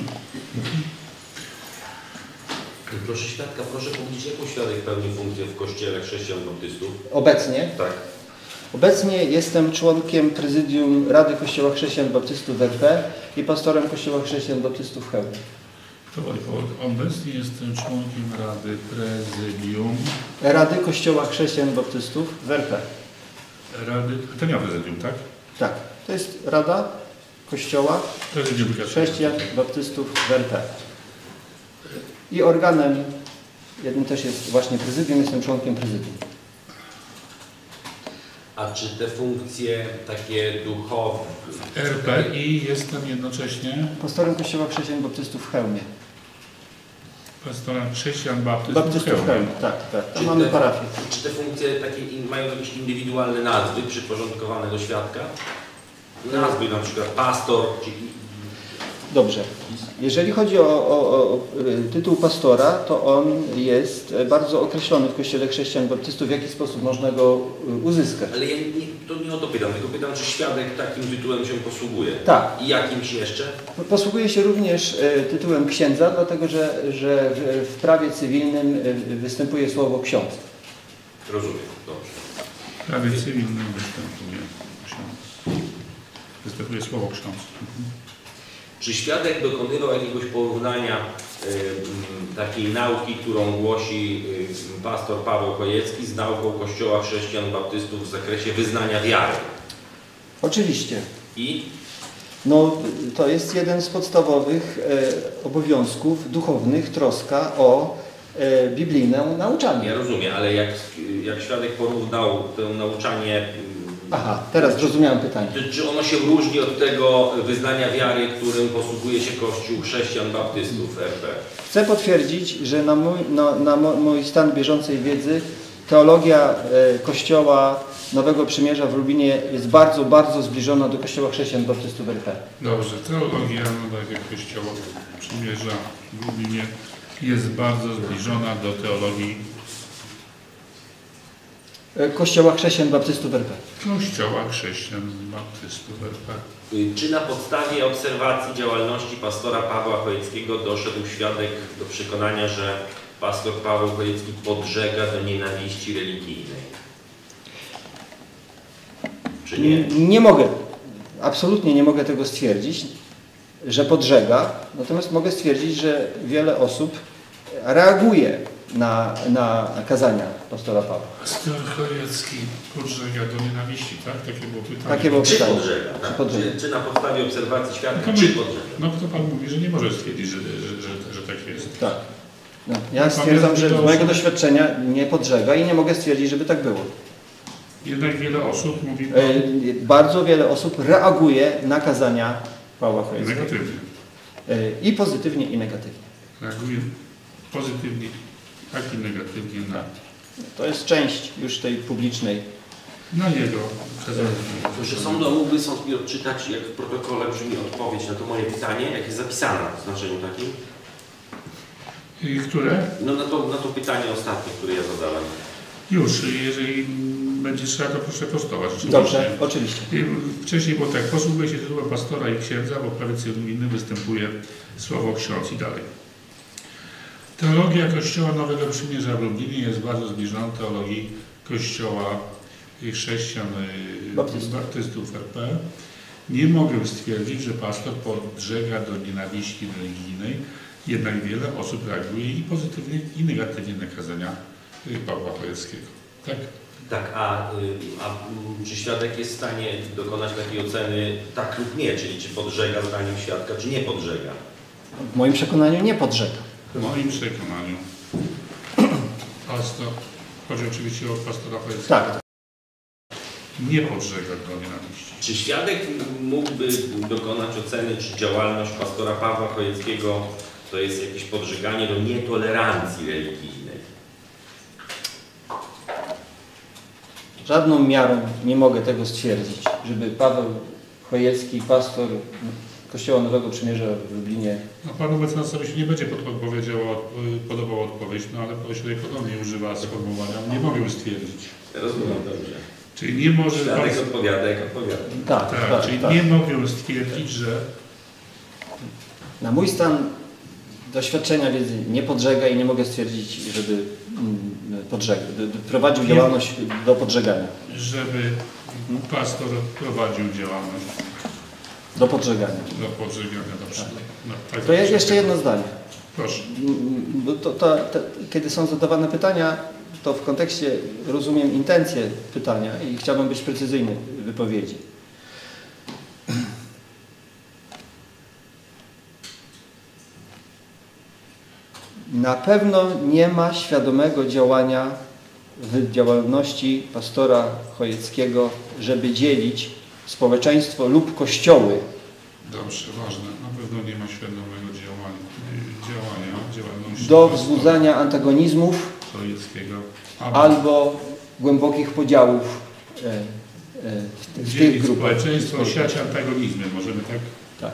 Proszę świadka, proszę powiedzieć, jaką świadek pełni funkcję w Kościele Chrześcijan Baptystów? Obecnie Tak. Obecnie jestem członkiem prezydium Rady Kościoła Chrześcijan Baptystów w R P i pastorem Kościoła Chrześcijan Baptystów w Chełmie. Obecnie jestem członkiem Rady Prezydium. Rady Kościoła Chrześcijan Baptystów w R P. Rady, to nie ma prezydium, tak? Tak, to jest Rada Kościoła Prezydium Chrześcijan Baptystów w R P. I organem, jednym też jest właśnie prezydium, jestem członkiem prezydium. A czy te funkcje takie duchowe... R P i jestem jednocześnie Pastorem Kościoła Chrześcijan Baptystów w Chełmie. pastorem chrześcijan baptystów, Baptystów w Chełmie, tak, tak. Tam Czy mamy te- parafię. Czy te funkcje takie in, mają jakieś indywidualne nazwy przyporządkowane do świadka? Nazwy na przykład pastor, czy... Dobrze. Jeżeli chodzi o, o, o tytuł pastora, to on jest bardzo określony w Kościele Chrześcijan Baptystów, w jaki sposób można go uzyskać. Ale ja nie, to nie o to pytam, tylko pytam, czy świadek takim tytułem się posługuje? Tak. I jakimś jeszcze? Posługuje się również e, tytułem księdza, dlatego że, że w, w prawie cywilnym e, występuje słowo ksiądz. Rozumiem, dobrze. W prawie cywilnym występuje ksiądz. Występuje słowo ksiądz. Mhm. Czy świadek dokonywał jakiegoś porównania y, y, takiej nauki, którą głosi y, pastor Paweł Chojecki z nauką Kościoła Chrześcijan Baptystów w zakresie wyznania wiary? Oczywiście. I No, to jest jeden z podstawowych e, obowiązków duchownych, troska o e, biblijne nauczanie. ja rozumiem, ale jak, jak świadek porównał to nauczanie, y, Aha, teraz zrozumiałem pytanie. czy, czy ono się różni od tego wyznania wiary, którym posługuje się Kościół Chrześcijan Baptystów R P? Chcę potwierdzić, że na mój, na, na mo- mój stan bieżącej wiedzy teologia e, Kościoła Nowego Przymierza w Lublinie jest bardzo, bardzo zbliżona do Kościoła Chrześcijan Baptystów R P. Dobrze, teologia Nowego Kościoła Przymierza w Lublinie jest bardzo zbliżona do teologii E, Kościoła Chrześcijan Baptystów R P. Kościoła Chrześcijan Baptystów R P. Y, Czy na podstawie obserwacji działalności pastora Pawła Chojeckiego doszedł świadek do przekonania, że pastor Paweł Chojecki podżega do nienawiści religijnej? Czy nie? Nie, nie mogę, absolutnie nie mogę tego stwierdzić, że podżega, natomiast mogę stwierdzić, że wiele osób reaguje na, na kazania pastora Pawła. Pastor Chojecki podżega do nienawiści, tak? Takie było pytanie. Takie było Czy pytanie. podżega? Tak? Czy podżega? Czy, czy na podstawie obserwacji świadka, No, czy my- podżega? No kto Pan mówi, że nie może stwierdzić, że, że, że, że tak jest. Tak. No, ja stwierdzam, że z mojego doświadczenia nie podżega i nie mogę stwierdzić, żeby tak było. Jednak wiele osób mówi E, Bardzo wiele osób reaguje na kazania Pawła Chojeckiego. negatywnie. E, I pozytywnie, i negatywnie. Reaguje pozytywnie, tak i negatywnie na, To jest część już tej publicznej. na jego kazanie. Proszę sądu, a mógłby sąd mi odczytać, jak w protokole brzmi odpowiedź na to moje pytanie, jak jest zapisane w znaczeniu takim? I które? No na to, na to pytanie ostatnie, które ja zadałem. Już, jeżeli będzie trzeba, to proszę prostować. Oczywiście. Dobrze, oczywiście. I wcześniej było tak, posługuje się tytułem pastora i księdza, bo w prawie cywilnym występuje słowo ksiądz i dalej. Teologia Kościoła Nowego Przymierza w Lublinie jest bardzo zbliżona do teologii Kościoła Chrześcijan y, Baptystów. Baptystów R P. Nie mogę stwierdzić, że pastor podżega do nienawiści religijnej, jednak wiele osób reaguje i pozytywnie, i negatywnie na kazania y, Pawła Chojeckiego. Tak? Tak, a, y, a mm, czy świadek jest w stanie dokonać takiej oceny tak lub nie, czyli czy podżega zdaniem świadka, czy nie podżega? W moim przekonaniu nie podżega. W moim przekonaniu pastor, chodzi oczywiście o pastora Chojeckiego, Tak. nie podżega do nienawiści. Czy świadek mógłby dokonać oceny, czy działalność pastora Pawła Chojeckiego to jest jakieś podżeganie do nietolerancji religijnej? Żadną miarą nie mogę tego stwierdzić, żeby Paweł Chojecki, pastor Kościoła Nowego Przymierza w Lublinie. No, panu mecenasowi się nie będzie pod odpowiedział, podobała odpowiedź, no ale pośrednik ponownie używa sformułowania, nie mogę stwierdzić. Rozumiem dobrze. Czyli nie może... Świadek odpowiada, jak odpowiada. Tak, Tak, tak, czyli tak. nie mogę stwierdzić, że Na mój stan doświadczenia wiedzy nie podżega i nie mogę stwierdzić, żeby mm, podżegał, prowadził Nie. działalność do podżegania. żeby pastor prowadził działalność Do podżegania. do podżegania na przykład. No, tak To jest jeszcze jedno zdanie. Proszę. Bo to, to, to, kiedy są zadawane pytania, to w kontekście rozumiem intencje pytania i chciałbym być precyzyjny w wypowiedzi. Na pewno nie ma świadomego działania w działalności pastora Chojeckiego, żeby dzielić społeczeństwo lub kościoły. Dobrze, ważne. Na pewno nie ma świadomego działania, działania działalności Do pastora wzbudzania antagonizmów Chojeckiego. albo głębokich podziałów e, e, w, w tych Dzielić grupach. społeczeństwo, siać antagonizmy, możemy tak? Tak.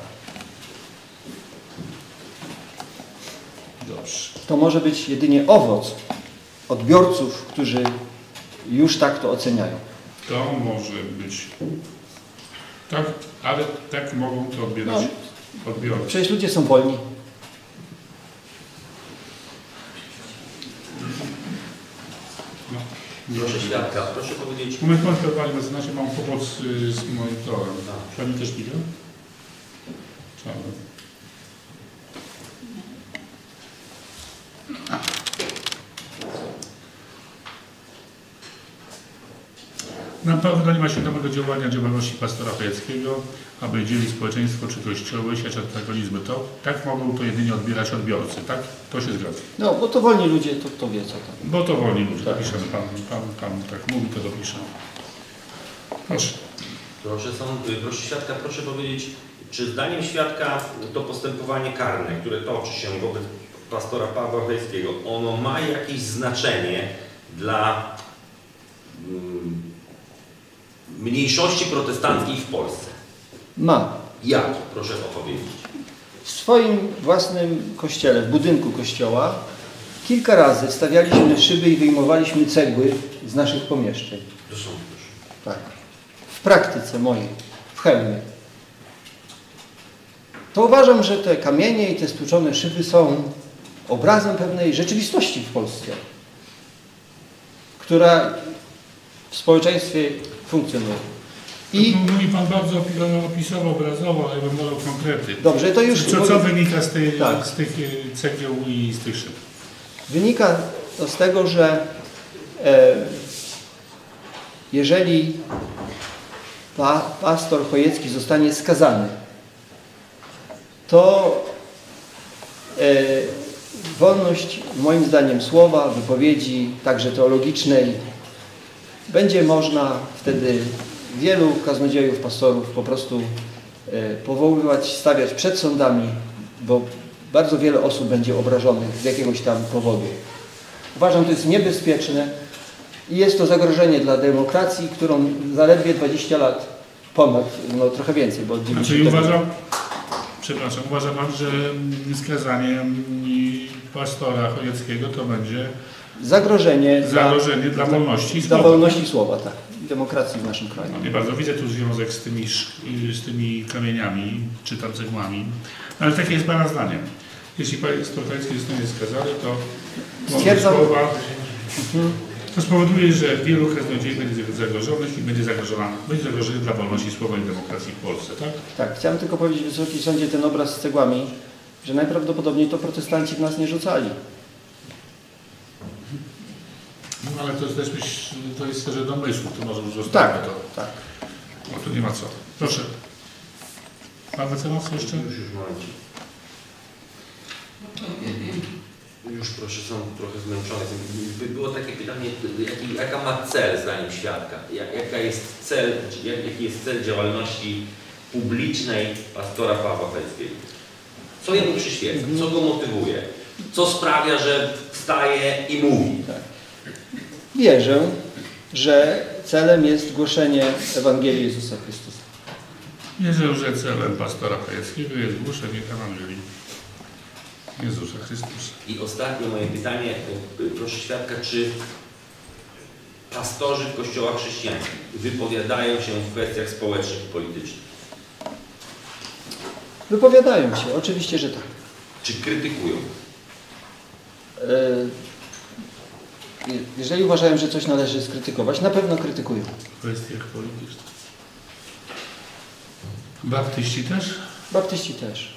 Dobrze. To może być jedynie owoc odbiorców, którzy już tak to oceniają. To może być. Tak, ale tak mogą to odbierać odbiorcy. Przecież ludzie są wolni. No. Proszę świadka, proszę powiedzieć. Moment, moment, panie mecenasie, mam pomoc y, z monitorem. Pani też widział? Czarno. Na pewno nie ma świadomego działania działalności pastora Chojeckiego, aby dzielić społeczeństwo czy kościoły, siać antagonizmy. To, tak mogą to jedynie odbierać odbiorcy, tak? To się zgadza. No, bo to wolni ludzie, to, to wie co to. Bo to wolni ludzie, Tak. dopiszemy. Pan, pan, pan tak mówi, to dopiszemy. Proszę. Proszę, sąd, proszę świadka, proszę powiedzieć, czy zdaniem świadka to postępowanie karne, które toczy się wobec pastora Pawła Chojeckiego, ono ma jakieś znaczenie dla mm, mniejszości protestanckiej w Polsce? Ma. Jakie? Proszę opowiedzieć. W swoim własnym kościele, w budynku kościoła, kilka razy wstawialiśmy szyby i wyjmowaliśmy cegły z naszych pomieszczeń. Proszę, proszę. Tak. W praktyce mojej, w Chełmie. To uważam, że te kamienie i te stłuczone szyby są obrazem pewnej rzeczywistości w Polsce, która w społeczeństwie funkcjonuje. I Mówi pan bardzo opisowo, obrazowo, ale bym wolał konkrety. dobrze, to już Co, co wynika z, tej, Tak. z tych e, cegieł i z tych szyb? wynika to z tego, że e, jeżeli pa, pastor Chojecki zostanie skazany, to e, wolność, moim zdaniem, słowa, wypowiedzi, także teologicznej, będzie można wtedy wielu kaznodziejów, pastorów po prostu e, powoływać, stawiać przed sądami, bo bardzo wiele osób będzie obrażonych z jakiegoś tam powodu. Uważam, to jest niebezpieczne i jest to zagrożenie dla demokracji, którą zaledwie dwadzieścia lat ponad, no trochę więcej, bo od Znaczy dziewięćdziesiątego uważam, przepraszam, uważa pan, że skazanie pastora Chojeckiego to będzie zagrożenie, zagrożenie dla wolności dla słowa. wolności słowa, tak, i demokracji w naszym kraju. No, nie bardzo widzę tu związek z tymi, sz- z tymi kamieniami, czy tam cegłami, no, ale takie jest pana zdanie. Jeśli pastor Chojecki zostanie skazany, to Stwierdzam- wolność słowa to spowoduje, że wielu kaznodziei będzie zagrożonych i będzie zagrożona, będzie zagrożenie dla wolności słowa i demokracji w Polsce, tak? Tak, chciałem tylko powiedzieć Wysoki Sądzie ten obraz z cegłami, że najprawdopodobniej to protestanci w nas nie rzucali. No ale to jest też myśl, to jest sferze domysłu, to może już Tak, zostawię to. tak. No tu nie ma co. Proszę. Pan mecenas jeszcze? Już, już momencik. Już proszę, są trochę zmęczony. By było takie pytanie, jaki, jaka ma cel zdaniem świadka? Jak, jaka jest cel, jak, jaki jest cel działalności publicznej pastora Pawła Chojeckiego? Co jemu przyświeca? Co go motywuje? Co sprawia, że wstaje i mówi? Tak. Wierzę, że celem jest głoszenie Ewangelii Jezusa Chrystusa. Wierzę, że celem pastora Chojeckiego jest głoszenie Ewangelii Jezusa Chrystusa. I ostatnie moje pytanie, proszę świadka, czy pastorzy w kościołach chrześcijańskich wypowiadają się w kwestiach społecznych i politycznych? Wypowiadają się, oczywiście, że tak. Czy krytykują? E, jeżeli uważają, że coś należy skrytykować, na pewno krytykują. W kwestiach politycznych. Baptyści też? Baptyści też.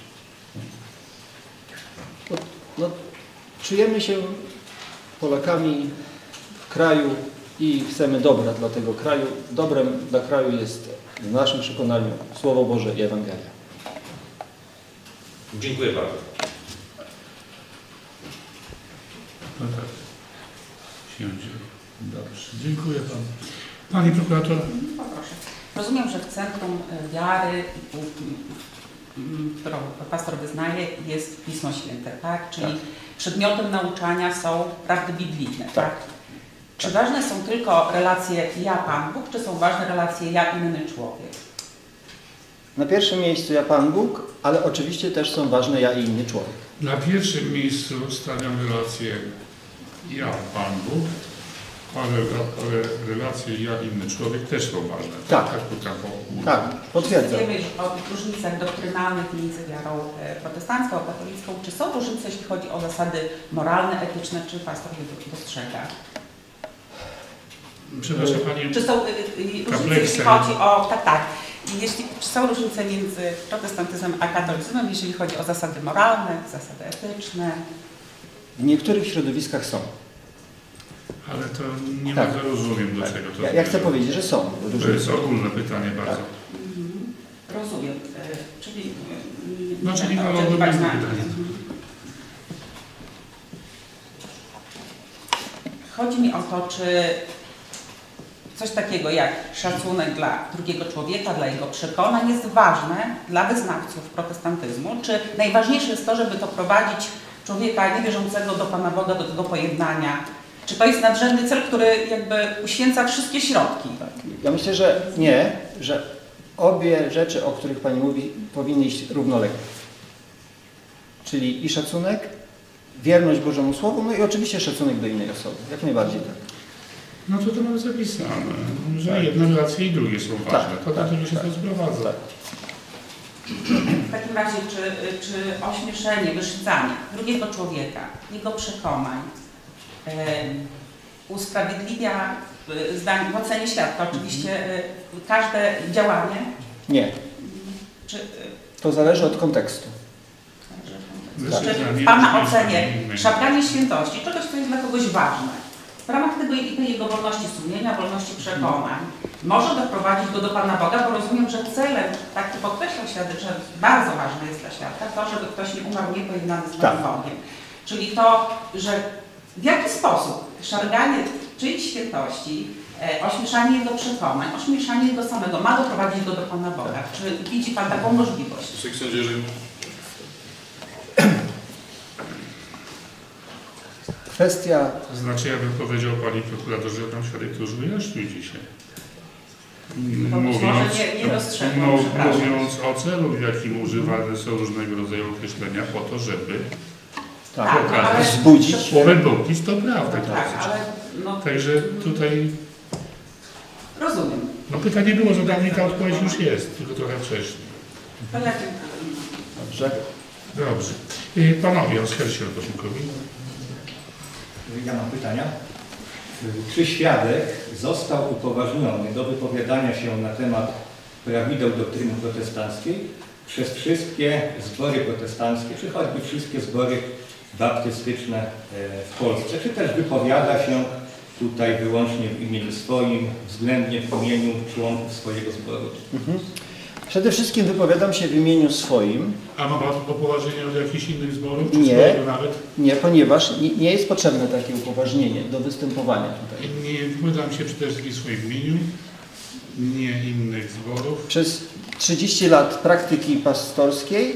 No, no, czujemy się Polakami w kraju i chcemy dobra dla tego kraju. Dobrem dla kraju jest w naszym przekonaniu Słowo Boże i Ewangelia. Dziękuję bardzo. No tak. Siądzie. Dobrze. Dziękuję Panu. Pani prokurator. Poproszę. Rozumiem, że w centrum wiary, którą pastor wyznaje, jest Pismo Święte, tak? Czyli tak. Przedmiotem nauczania są prawdy biblijne, tak? tak? Czy tak. ważne są tylko relacje ja, Pan Bóg, czy są ważne relacje ja, inny człowiek? Na pierwszym miejscu ja, Pan Bóg, ale oczywiście też są ważne ja i inny człowiek. Na pierwszym miejscu stawiam relacje ja, Pan Bóg, ale, ale relacje ja, inny człowiek też są ważne. Tak, tak, tak, tak potwierdzam. Wiemy już o różnicach doktrynalnych między wiarą protestancką a katolicką. Czy są różnice, jeśli chodzi o zasady moralne, etyczne, czy pastor je dostrzega? Przepraszam Pani. Czy są różnice, jeśli chodzi o... Tak, tak. Jeśli, czy są różnice między protestantyzmem a katolicyzmem, jeżeli chodzi o zasady moralne, zasady etyczne? W niektórych środowiskach są. Ale to nie tak. bardzo rozumiem, do tak. czego to ja, ja chcę powiedzieć, że są różnice. To jest ogólne pytanie bardzo. Tak. Mhm. Rozumiem. E, czyli... E, no, czyli na, ogólne na, pytanie. Chodzi mi o to, czy coś takiego jak szacunek dla drugiego człowieka, dla jego przekonań jest ważne dla wyznawców protestantyzmu, czy najważniejsze jest to, żeby to prowadzić człowieka niewierzącego do Pana Boga, do tego pojednania? Czy to jest nadrzędny cel, który jakby uświęca wszystkie środki? Tak. Ja myślę, że nie, że obie rzeczy, o których Pani mówi, powinny iść równolegle. Czyli i szacunek, wierność Bożemu Słowu, no i oczywiście szacunek do innej osoby. Jak najbardziej tak. No to to mamy zapisane, że tak. jedne relacje i drugie są ważne. Tak, to tak, do tego się tak, to sprowadza. Tak. W takim razie, czy, czy ośmieszenie, wyszydzanie drugiego człowieka, jego przekonań e, usprawiedliwia e, zdań, w ocenie świadka oczywiście e, każde działanie? Nie. Czy, e, to zależy od kontekstu. Czy w Pana ocenie szarganie świętości, czegoś, co jest dla kogoś ważne, w ramach tego, tej jego wolności sumienia, wolności przekonań, może doprowadzić go do Pana Boga, bo rozumiem, że celem, tak podkreślał świadek, że bardzo ważne jest dla świadka to, żeby ktoś nie umarł niepojednany z Panem Bogiem. Czyli to, że w jaki sposób szarganie czyjejś świętości, e, ośmieszanie jego przekonań, ośmieszanie jego samego ma doprowadzić go do Pana Boga. Czy widzi Pan taką możliwość? Kwestia... To znaczy, ja bym powiedział Pani prokuratorze, że tam świadek to już wyjaśnił dzisiaj. Mówiąc, nie, nie no, mówiąc o celu, w jakim używane są różnego rodzaju określenia po to, żeby tak, tak, ale wzbudzić... Słowem Bogis to prawda. Tak, tak, ale no, także tutaj... Rozumiem. No pytanie było zadane i ta odpowiedź już jest, tylko trochę wcześniej. To jakim? Dobrze. Dobrze. Panowie, Oskar Sierpowikowi. Ja mam pytania. Czy świadek został upoważniony do wypowiadania się na temat prawideł doktryny protestanckiej przez wszystkie zbory protestanckie, czy choćby wszystkie zbory baptystyczne w Polsce, czy też wypowiada się tutaj wyłącznie w imieniu swoim, względnie w imieniu członków swojego zboru? Mhm. Przede wszystkim wypowiadam się w imieniu swoim. A ma Pan upoważnienie od jakichś innych zborów? Czy nie, nawet? nie, ponieważ nie, nie jest potrzebne takie upoważnienie do występowania tutaj. Nie wypowiadam się przede wszystkim w swoim imieniu, nie innych zborów. Przez trzydzieści lat praktyki pastorskiej,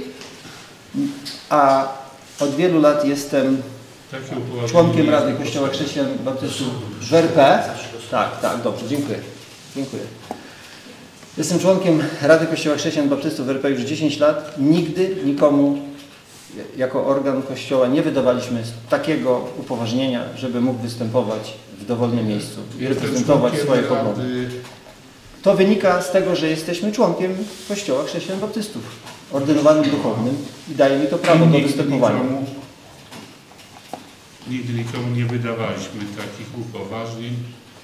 a od wielu lat jestem członkiem Rady Kościoła Chrześcijan Baptystów w R P. Tak, tak, dobrze, dziękuję. Dziękuję. Jestem członkiem Rady Kościoła Chrześcijan Baptystów w R P już dziesięć lat. Nigdy nikomu jako organ Kościoła nie wydawaliśmy takiego upoważnienia, żeby mógł występować w dowolnym miejscu i reprezentować swoje poglądy. To wynika z tego, że jesteśmy członkiem Kościoła Chrześcijan Baptystów, ordynowanym duchownym i daje mi to prawo do występowania. nigdy nikomu nie wydawaliśmy takich upoważnień.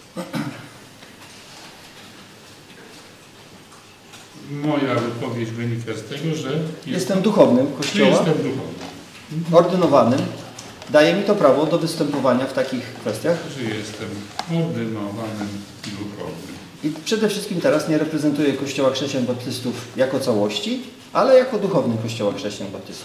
Moja wypowiedź wynika z tego, że Jestem duchownym że Kościoła, jestem duchownym, ordynowanym. Daje mi to prawo do występowania w takich kwestiach. że jestem ordynowanym duchownym. I przede wszystkim teraz nie reprezentuję Kościoła Chrześcijan Baptystów jako całości, ale jako duchowny Kościoła Chrześcijan Baptystów.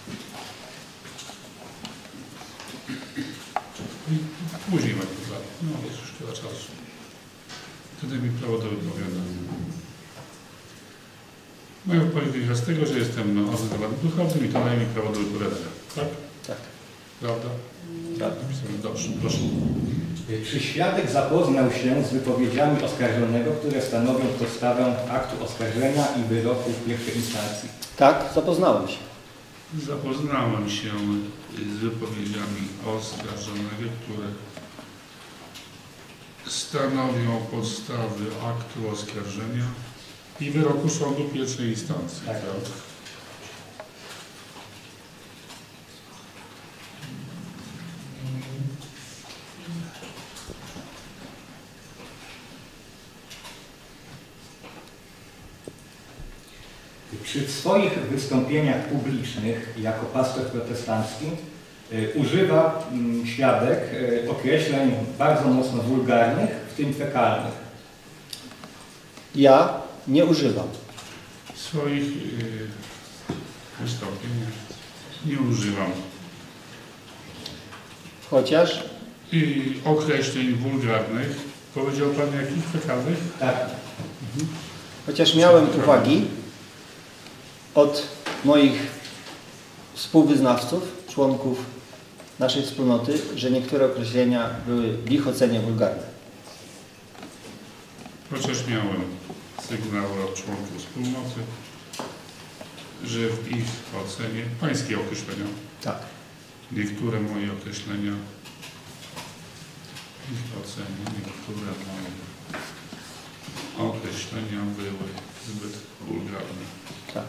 I później ma to no jest już tyle czasu. Wtedy mi prawo do wypowiadania. Moja wypowiedź wynika z tego, że jestem ordynowanym duchownym i to daje mi prawo do wypowiadania. Tak? Tak. Prawda? Prawda. Dobrze, proszę. Czy świadek zapoznał się z wypowiedziami oskarżonego, które stanowią podstawę aktu oskarżenia i wyroku w pierwszej instancji? Tak, zapoznałem się. Zapoznałem się z wypowiedziami oskarżonego, które stanowią podstawy aktu oskarżenia i wyroku sądu pierwszej instancji. Tak. Przy swoich wystąpieniach publicznych jako pastor protestancki y, używa y, świadek y, określeń bardzo mocno wulgarnych, w tym fekalnych. Ja nie używam. W swoich yy, wystąpieniach nie używam Chociaż i określeń wulgarnych. Powiedział Pan jakich fekalnych? Tak. Chociaż miałem uwagi od moich współwyznawców, członków naszej wspólnoty, że niektóre określenia były w ich ocenie wulgarne. Chociaż miałem sygnały od członków wspólnoty, że w ich ocenie, pańskie określenia, Tak. niektóre moje określenia, w ich ocenie, niektóre moje określenia były zbyt wulgarne. Tak.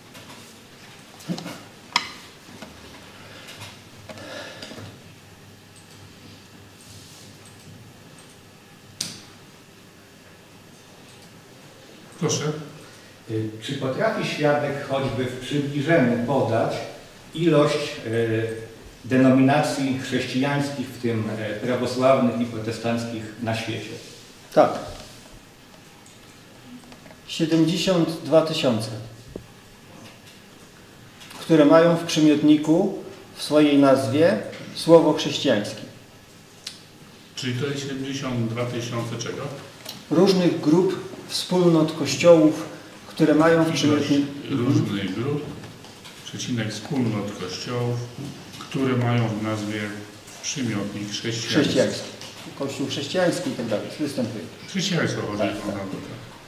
Proszę. Y, Czy potrafi świadek choćby w przybliżeniu podać ilość y, denominacji chrześcijańskich, w tym y, prawosławnych i protestanckich na świecie? Tak. siedemdziesiąt dwa tysiące, które mają w przymiotniku w swojej nazwie słowo chrześcijański. Czyli to jest siedemdziesiąt dwa tysiące czego? Różnych grup, wspólnot, kościołów, które mają w Ilość przymiotniku... różnych grup, przecinek wspólnot kościołów, które mają w nazwie przymiotnik chrześcijański. Chrześcijański. Kościół chrześcijański i tak dalej. Występuje. Chrześcijaństwo chodzi Tak, o tak. nazwę.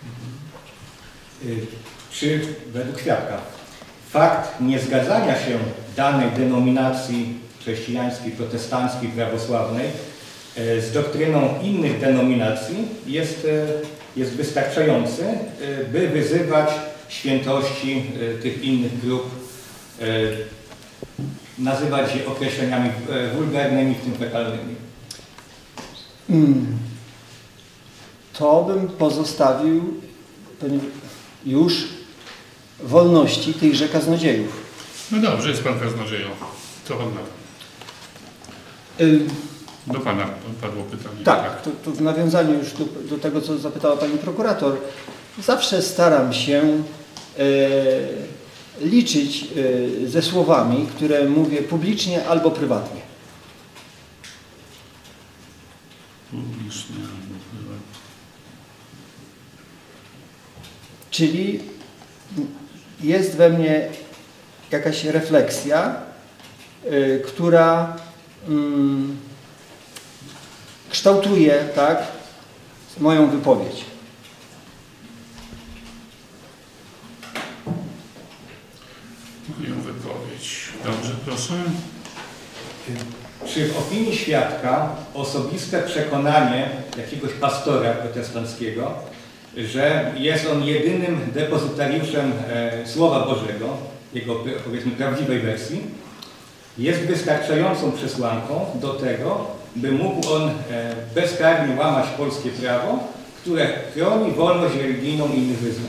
Y, Czy według świadka fakt niezgadzania się danej denominacji chrześcijańskiej, protestanckiej, prawosławnej y, z doktryną innych denominacji jest, y, jest wystarczający, y, by wyzywać świętości y, tych innych grup, y, nazywać je określeniami y, wulgarnymi, w tym fekalnymi? Mm. To bym pozostawił już wolności tychże kaznodziejów. No dobrze, jest Pan kaznodzieją. Co Pan na to? Y, Do Pana padło pytanie. tak, to, to w nawiązaniu już do, do tego, co zapytała Pani prokurator, zawsze staram się y, liczyć y, ze słowami, które mówię publicznie albo prywatnie. Publicznie albo prywatnie. Czyli jest we mnie jakaś refleksja, y, która mm, kształtuje, tak, moją wypowiedź. Moją wypowiedź. Dobrze, proszę. Czy w opinii świadka osobiste przekonanie jakiegoś pastora protestanckiego, że jest on jedynym depozytariuszem e, Słowa Bożego, jego, powiedzmy, prawdziwej wersji, jest wystarczającą przesłanką do tego, by mógł on bezkarnie łamać polskie prawo, które chroni wolność religijną innych wyznań.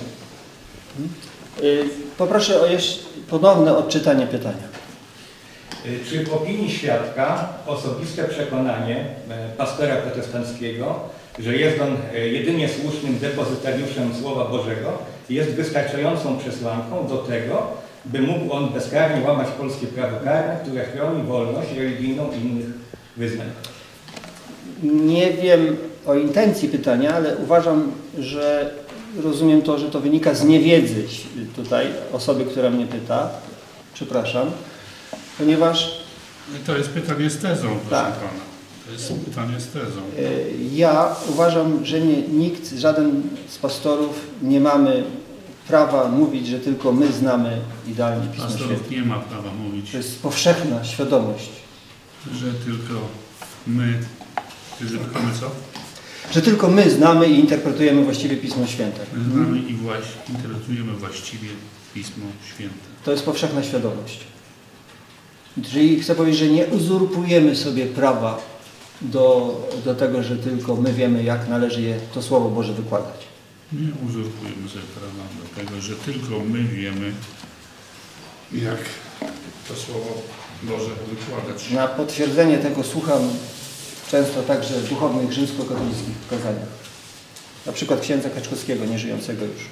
Poproszę o jeszcze ponowne odczytanie pytania. Czy w opinii świadka osobiste przekonanie pastora protestanckiego, że jest on jedynie słusznym depozytariuszem Słowa Bożego, jest wystarczającą przesłanką do tego, by mógł on bezkarnie łamać polskie prawo karne, które chroni wolność religijną innych wyznań? Nie wiem o intencji pytania, ale uważam, że rozumiem to, że to wynika z niewiedzy tutaj osoby, która mnie pyta. Przepraszam. Ponieważ... To jest pytanie z tezą, proszę tak. pana. To jest pytanie z tezą. Ja uważam, że nie, nikt, żaden z pastorów nie mamy prawa mówić, że tylko my znamy idealnie Pismo Święte. Pastorów nie ma prawa mówić. To jest powszechna świadomość. Że tylko my... Że tylko my co? Że tylko my znamy i interpretujemy właściwie Pismo Święte. My znamy i właśnie interpretujemy właściwie Pismo Święte. To jest powszechna świadomość. Czyli chcę powiedzieć, że nie uzurpujemy sobie prawa do, do tego, że tylko my wiemy, jak należy je, to Słowo Boże wykładać. Nie uzurpujemy sobie prawa do tego, że tylko my wiemy, jak to Słowo Boże wykładać. Na potwierdzenie tego słucham często także w duchownych rzymskokatolickich kazaniach. Na przykład księdza Kaczkowskiego, nieżyjącego już.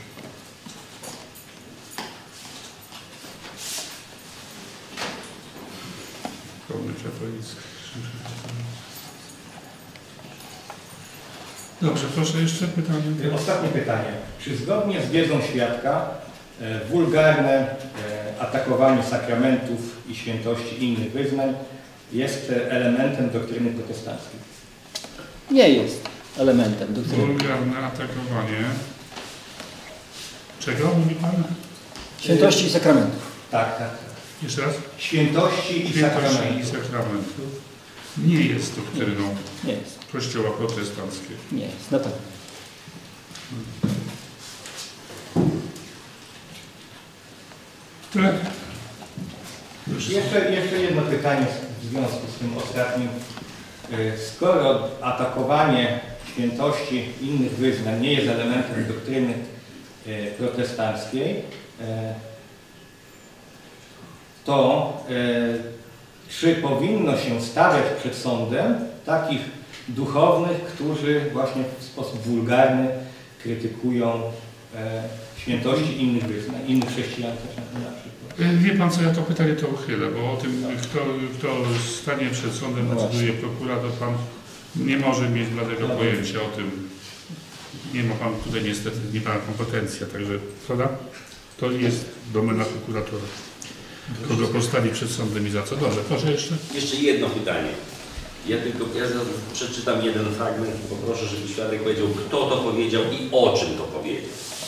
Dobrze, proszę jeszcze pytanie. Ostatnie pytanie. Czy zgodnie z wiedzą świadka e, wulgarne e, atakowanie sakramentów i świętości innych wyznań jest elementem doktryny protestanckiej? Nie jest elementem doktryny. Wulgarne atakowanie. Czego mówi pan? Świętości i sakramentów. Tak, tak. tak. Jeszcze raz? Świętości i Świętości sakramentów. i sakramentów nie jest doktryną Nie jest. Kościoła protestanckiego. Nie jest, na pewno. Tak. Jeszcze, jeszcze jedno pytanie w związku z tym ostatnim. Skoro atakowanie świętości innych wyznań nie jest elementem doktryny protestanckiej, to czy powinno się stawiać przed sądem takich duchownych, którzy właśnie w sposób wulgarny krytykują świętości innych wyznań, innych chrześcijan też na przykład? Wie pan co, ja to pytanie to uchylę, bo o tym, kto, kto stanie przed sądem, No decyduje prokurator, pan nie może mieć bladego No pojęcia o tym. Nie ma pan tutaj niestety, nie ma kompetencja, także prawda? To jest domena prokuratora. Kogo postawi przed sądem i za co? Dobrze, proszę jeszcze. Jeszcze jedno pytanie. Ja tylko ja przeczytam jeden fragment i poproszę, żeby świadek powiedział, kto to powiedział i o czym to powiedział.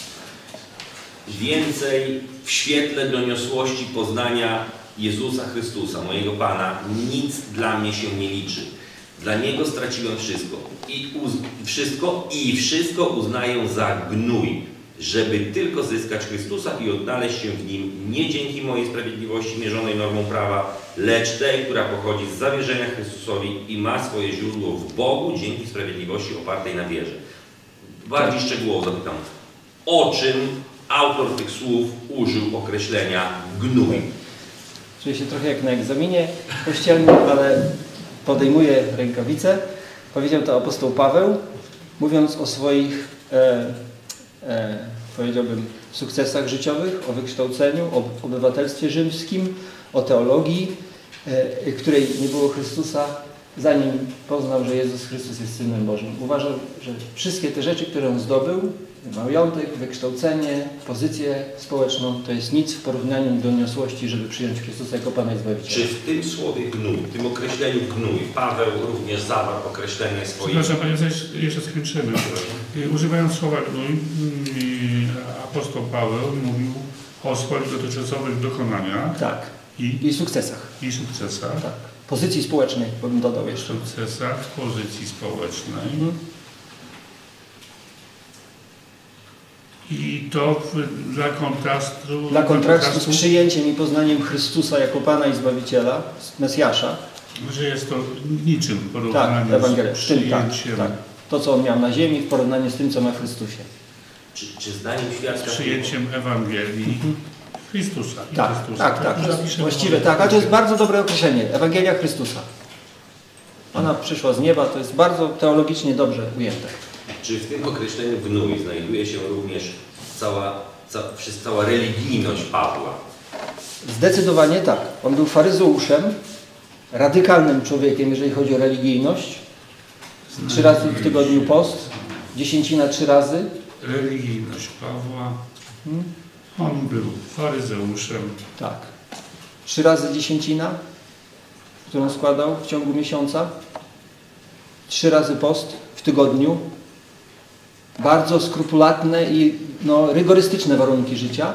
Więcej w świetle doniosłości poznania Jezusa Chrystusa, mojego Pana, nic dla mnie się nie liczy. Dla Niego straciłem wszystko i wszystko i wszystko uznaję za gnój, żeby tylko zyskać Chrystusa i odnaleźć się w Nim, nie dzięki mojej sprawiedliwości mierzonej normą prawa, lecz tej, która pochodzi z zawierzenia Chrystusowi i ma swoje źródło w Bogu dzięki sprawiedliwości opartej na wierze. Bardziej szczegółowo zapytam, o czym autor tych słów użył określenia gnój? Czuję się trochę jak na egzaminie kościelnym, ale podejmuję rękawice. Powiedział to apostoł Paweł, mówiąc o swoich, e, e, powiedziałbym, sukcesach życiowych, o wykształceniu, o obywatelstwie rzymskim, o teologii, e, której nie było Chrystusa, zanim poznał, że Jezus Chrystus jest Synem Bożym. Uważał, że wszystkie te rzeczy, które on zdobył, majątek, wykształcenie, pozycję społeczną, to jest nic w porównaniu do doniosłości, żeby przyjąć Chrystusa jako Pana i Zbawiciela. Czy w tym słowie gnój, w tym określeniu gnój, Paweł również zawarł określenie swoje... Przepraszam Panie, jeszcze skończymy. Używając słowa gnój, apostoł Paweł mówił o swoich dotychczasowych dokonaniach Tak. i, I sukcesach. i sukcesach. Tak. Pozycji społecznej, bym dodał jeszcze. Sukcesach w pozycji społecznej. Mhm. I to w, dla kontrastu... Dla kontrastu z przyjęciem i poznaniem Chrystusa jako Pana i Zbawiciela, Mesjasza. Że jest to niczym w Tak, porównaniu Ewangelia. z W tym, tak, przyjęciem, tak. To, co On miał na ziemi w porównaniu z tym, co ma w Chrystusie. Czy, czy zdaniem świadka... z przyjęciem Ewangelii Chrystusa. i Tak, Chrystusa. tak, tak. Zapiszemy Właściwie może- tak, ale to jest bardzo dobre określenie. Ewangelia Chrystusa. Ona przyszła z nieba, to jest bardzo teologicznie dobrze ujęte. Czy w tym określeniu gnój znajduje się również cała, ca, wszyst- cała religijność Pawła? Zdecydowanie tak. On był faryzeuszem, radykalnym człowiekiem, jeżeli chodzi o religijność. Trzy razy w tygodniu post, dziesięcina trzy razy. Religijność Pawła. Hmm? On był faryzeuszem. Tak. Trzy razy dziesięcina, którą składał w ciągu miesiąca. Trzy razy post w tygodniu. Bardzo skrupulatne i no, rygorystyczne warunki życia.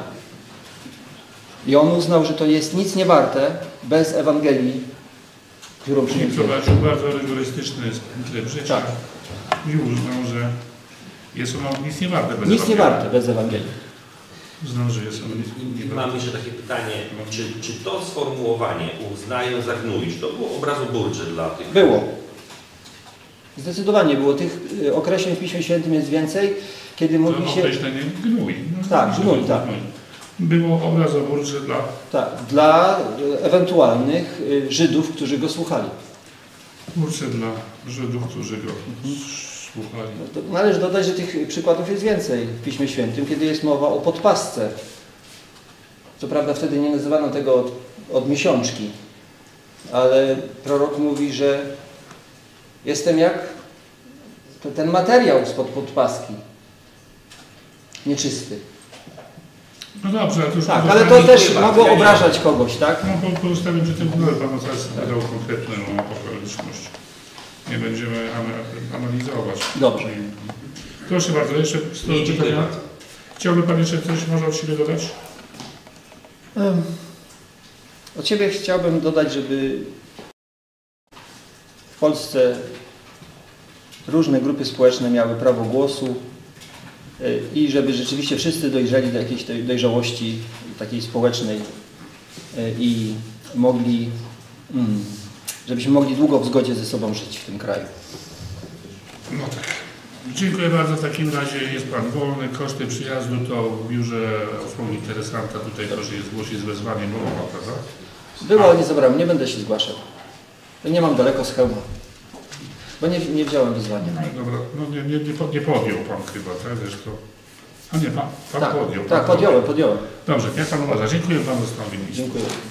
I on uznał, że to jest nic nie warte bez Ewangelii, którą I przyniósł. prowadził bardzo rygorystyczny tryb życia. Tak. I uznał, że jest ono nic nie warte bez Nic nie Ewangelii. warte bez Ewangelii. Uznał, że jest ono nic nie I warte. mam jeszcze takie pytanie, czy, czy to sformułowanie uznają za gnój, czy to było obrazoburcze dla tych... Było. Zdecydowanie było. Tych y, określeń w Piśmie Świętym jest więcej, kiedy mówi To się... określenie gnój. No, Tak, że gnój, to tak. Było obrazoburcze dla... Tak, dla y, ewentualnych y, Żydów, którzy go słuchali. Burcze dla Żydów, którzy go słuchali. No to należy dodać, że tych przykładów jest więcej w Piśmie Świętym, kiedy jest mowa o podpasce. Co prawda wtedy nie nazywano tego od, od miesiączki, ale prorok mówi, że jestem jak ten materiał spod podpaski. Nieczysty. No dobrze, ale to już Tak, ale pozostanie- to też Dziękuję mogło bardzo. obrażać kogoś, tak? No, po- pozostawimy przy tym, ale Pan teraz dał konkretną okoliczność. Nie będziemy ana- analizować. Dobrze. Proszę bardzo, jeszcze sto Nie, dziękuję pytania. bardzo. Chciałby Pan jeszcze coś może od siebie dodać? Em, Od siebie chciałbym dodać, żeby w Polsce różne grupy społeczne miały prawo głosu y, i żeby rzeczywiście wszyscy dojrzeli do jakiejś tej dojrzałości takiej społecznej y, i mogli, mm, żebyśmy mogli długo w zgodzie ze sobą żyć w tym kraju. No tak. Dziękuję bardzo. W takim razie jest Pan wolny. Koszty przyjazdu to w biurze usługi interesanta. Tutaj proszę je zgłosić z wezwaniem, bo mowa, prawda? Było, nie zabrałem, nie będę się zgłaszał. Nie mam daleko z hełma, bo nie, nie wziąłem wyzwania. No dobra, no nie, nie, nie pod- nie podjął Pan chyba, tak? Zresztą. A nie, Pan, pan Tak, podjął. tak, pan podjąłem, podjąłem. Dobrze, jak Pan uważa? Dziękuję Panu za stanowisko. Dziękuję.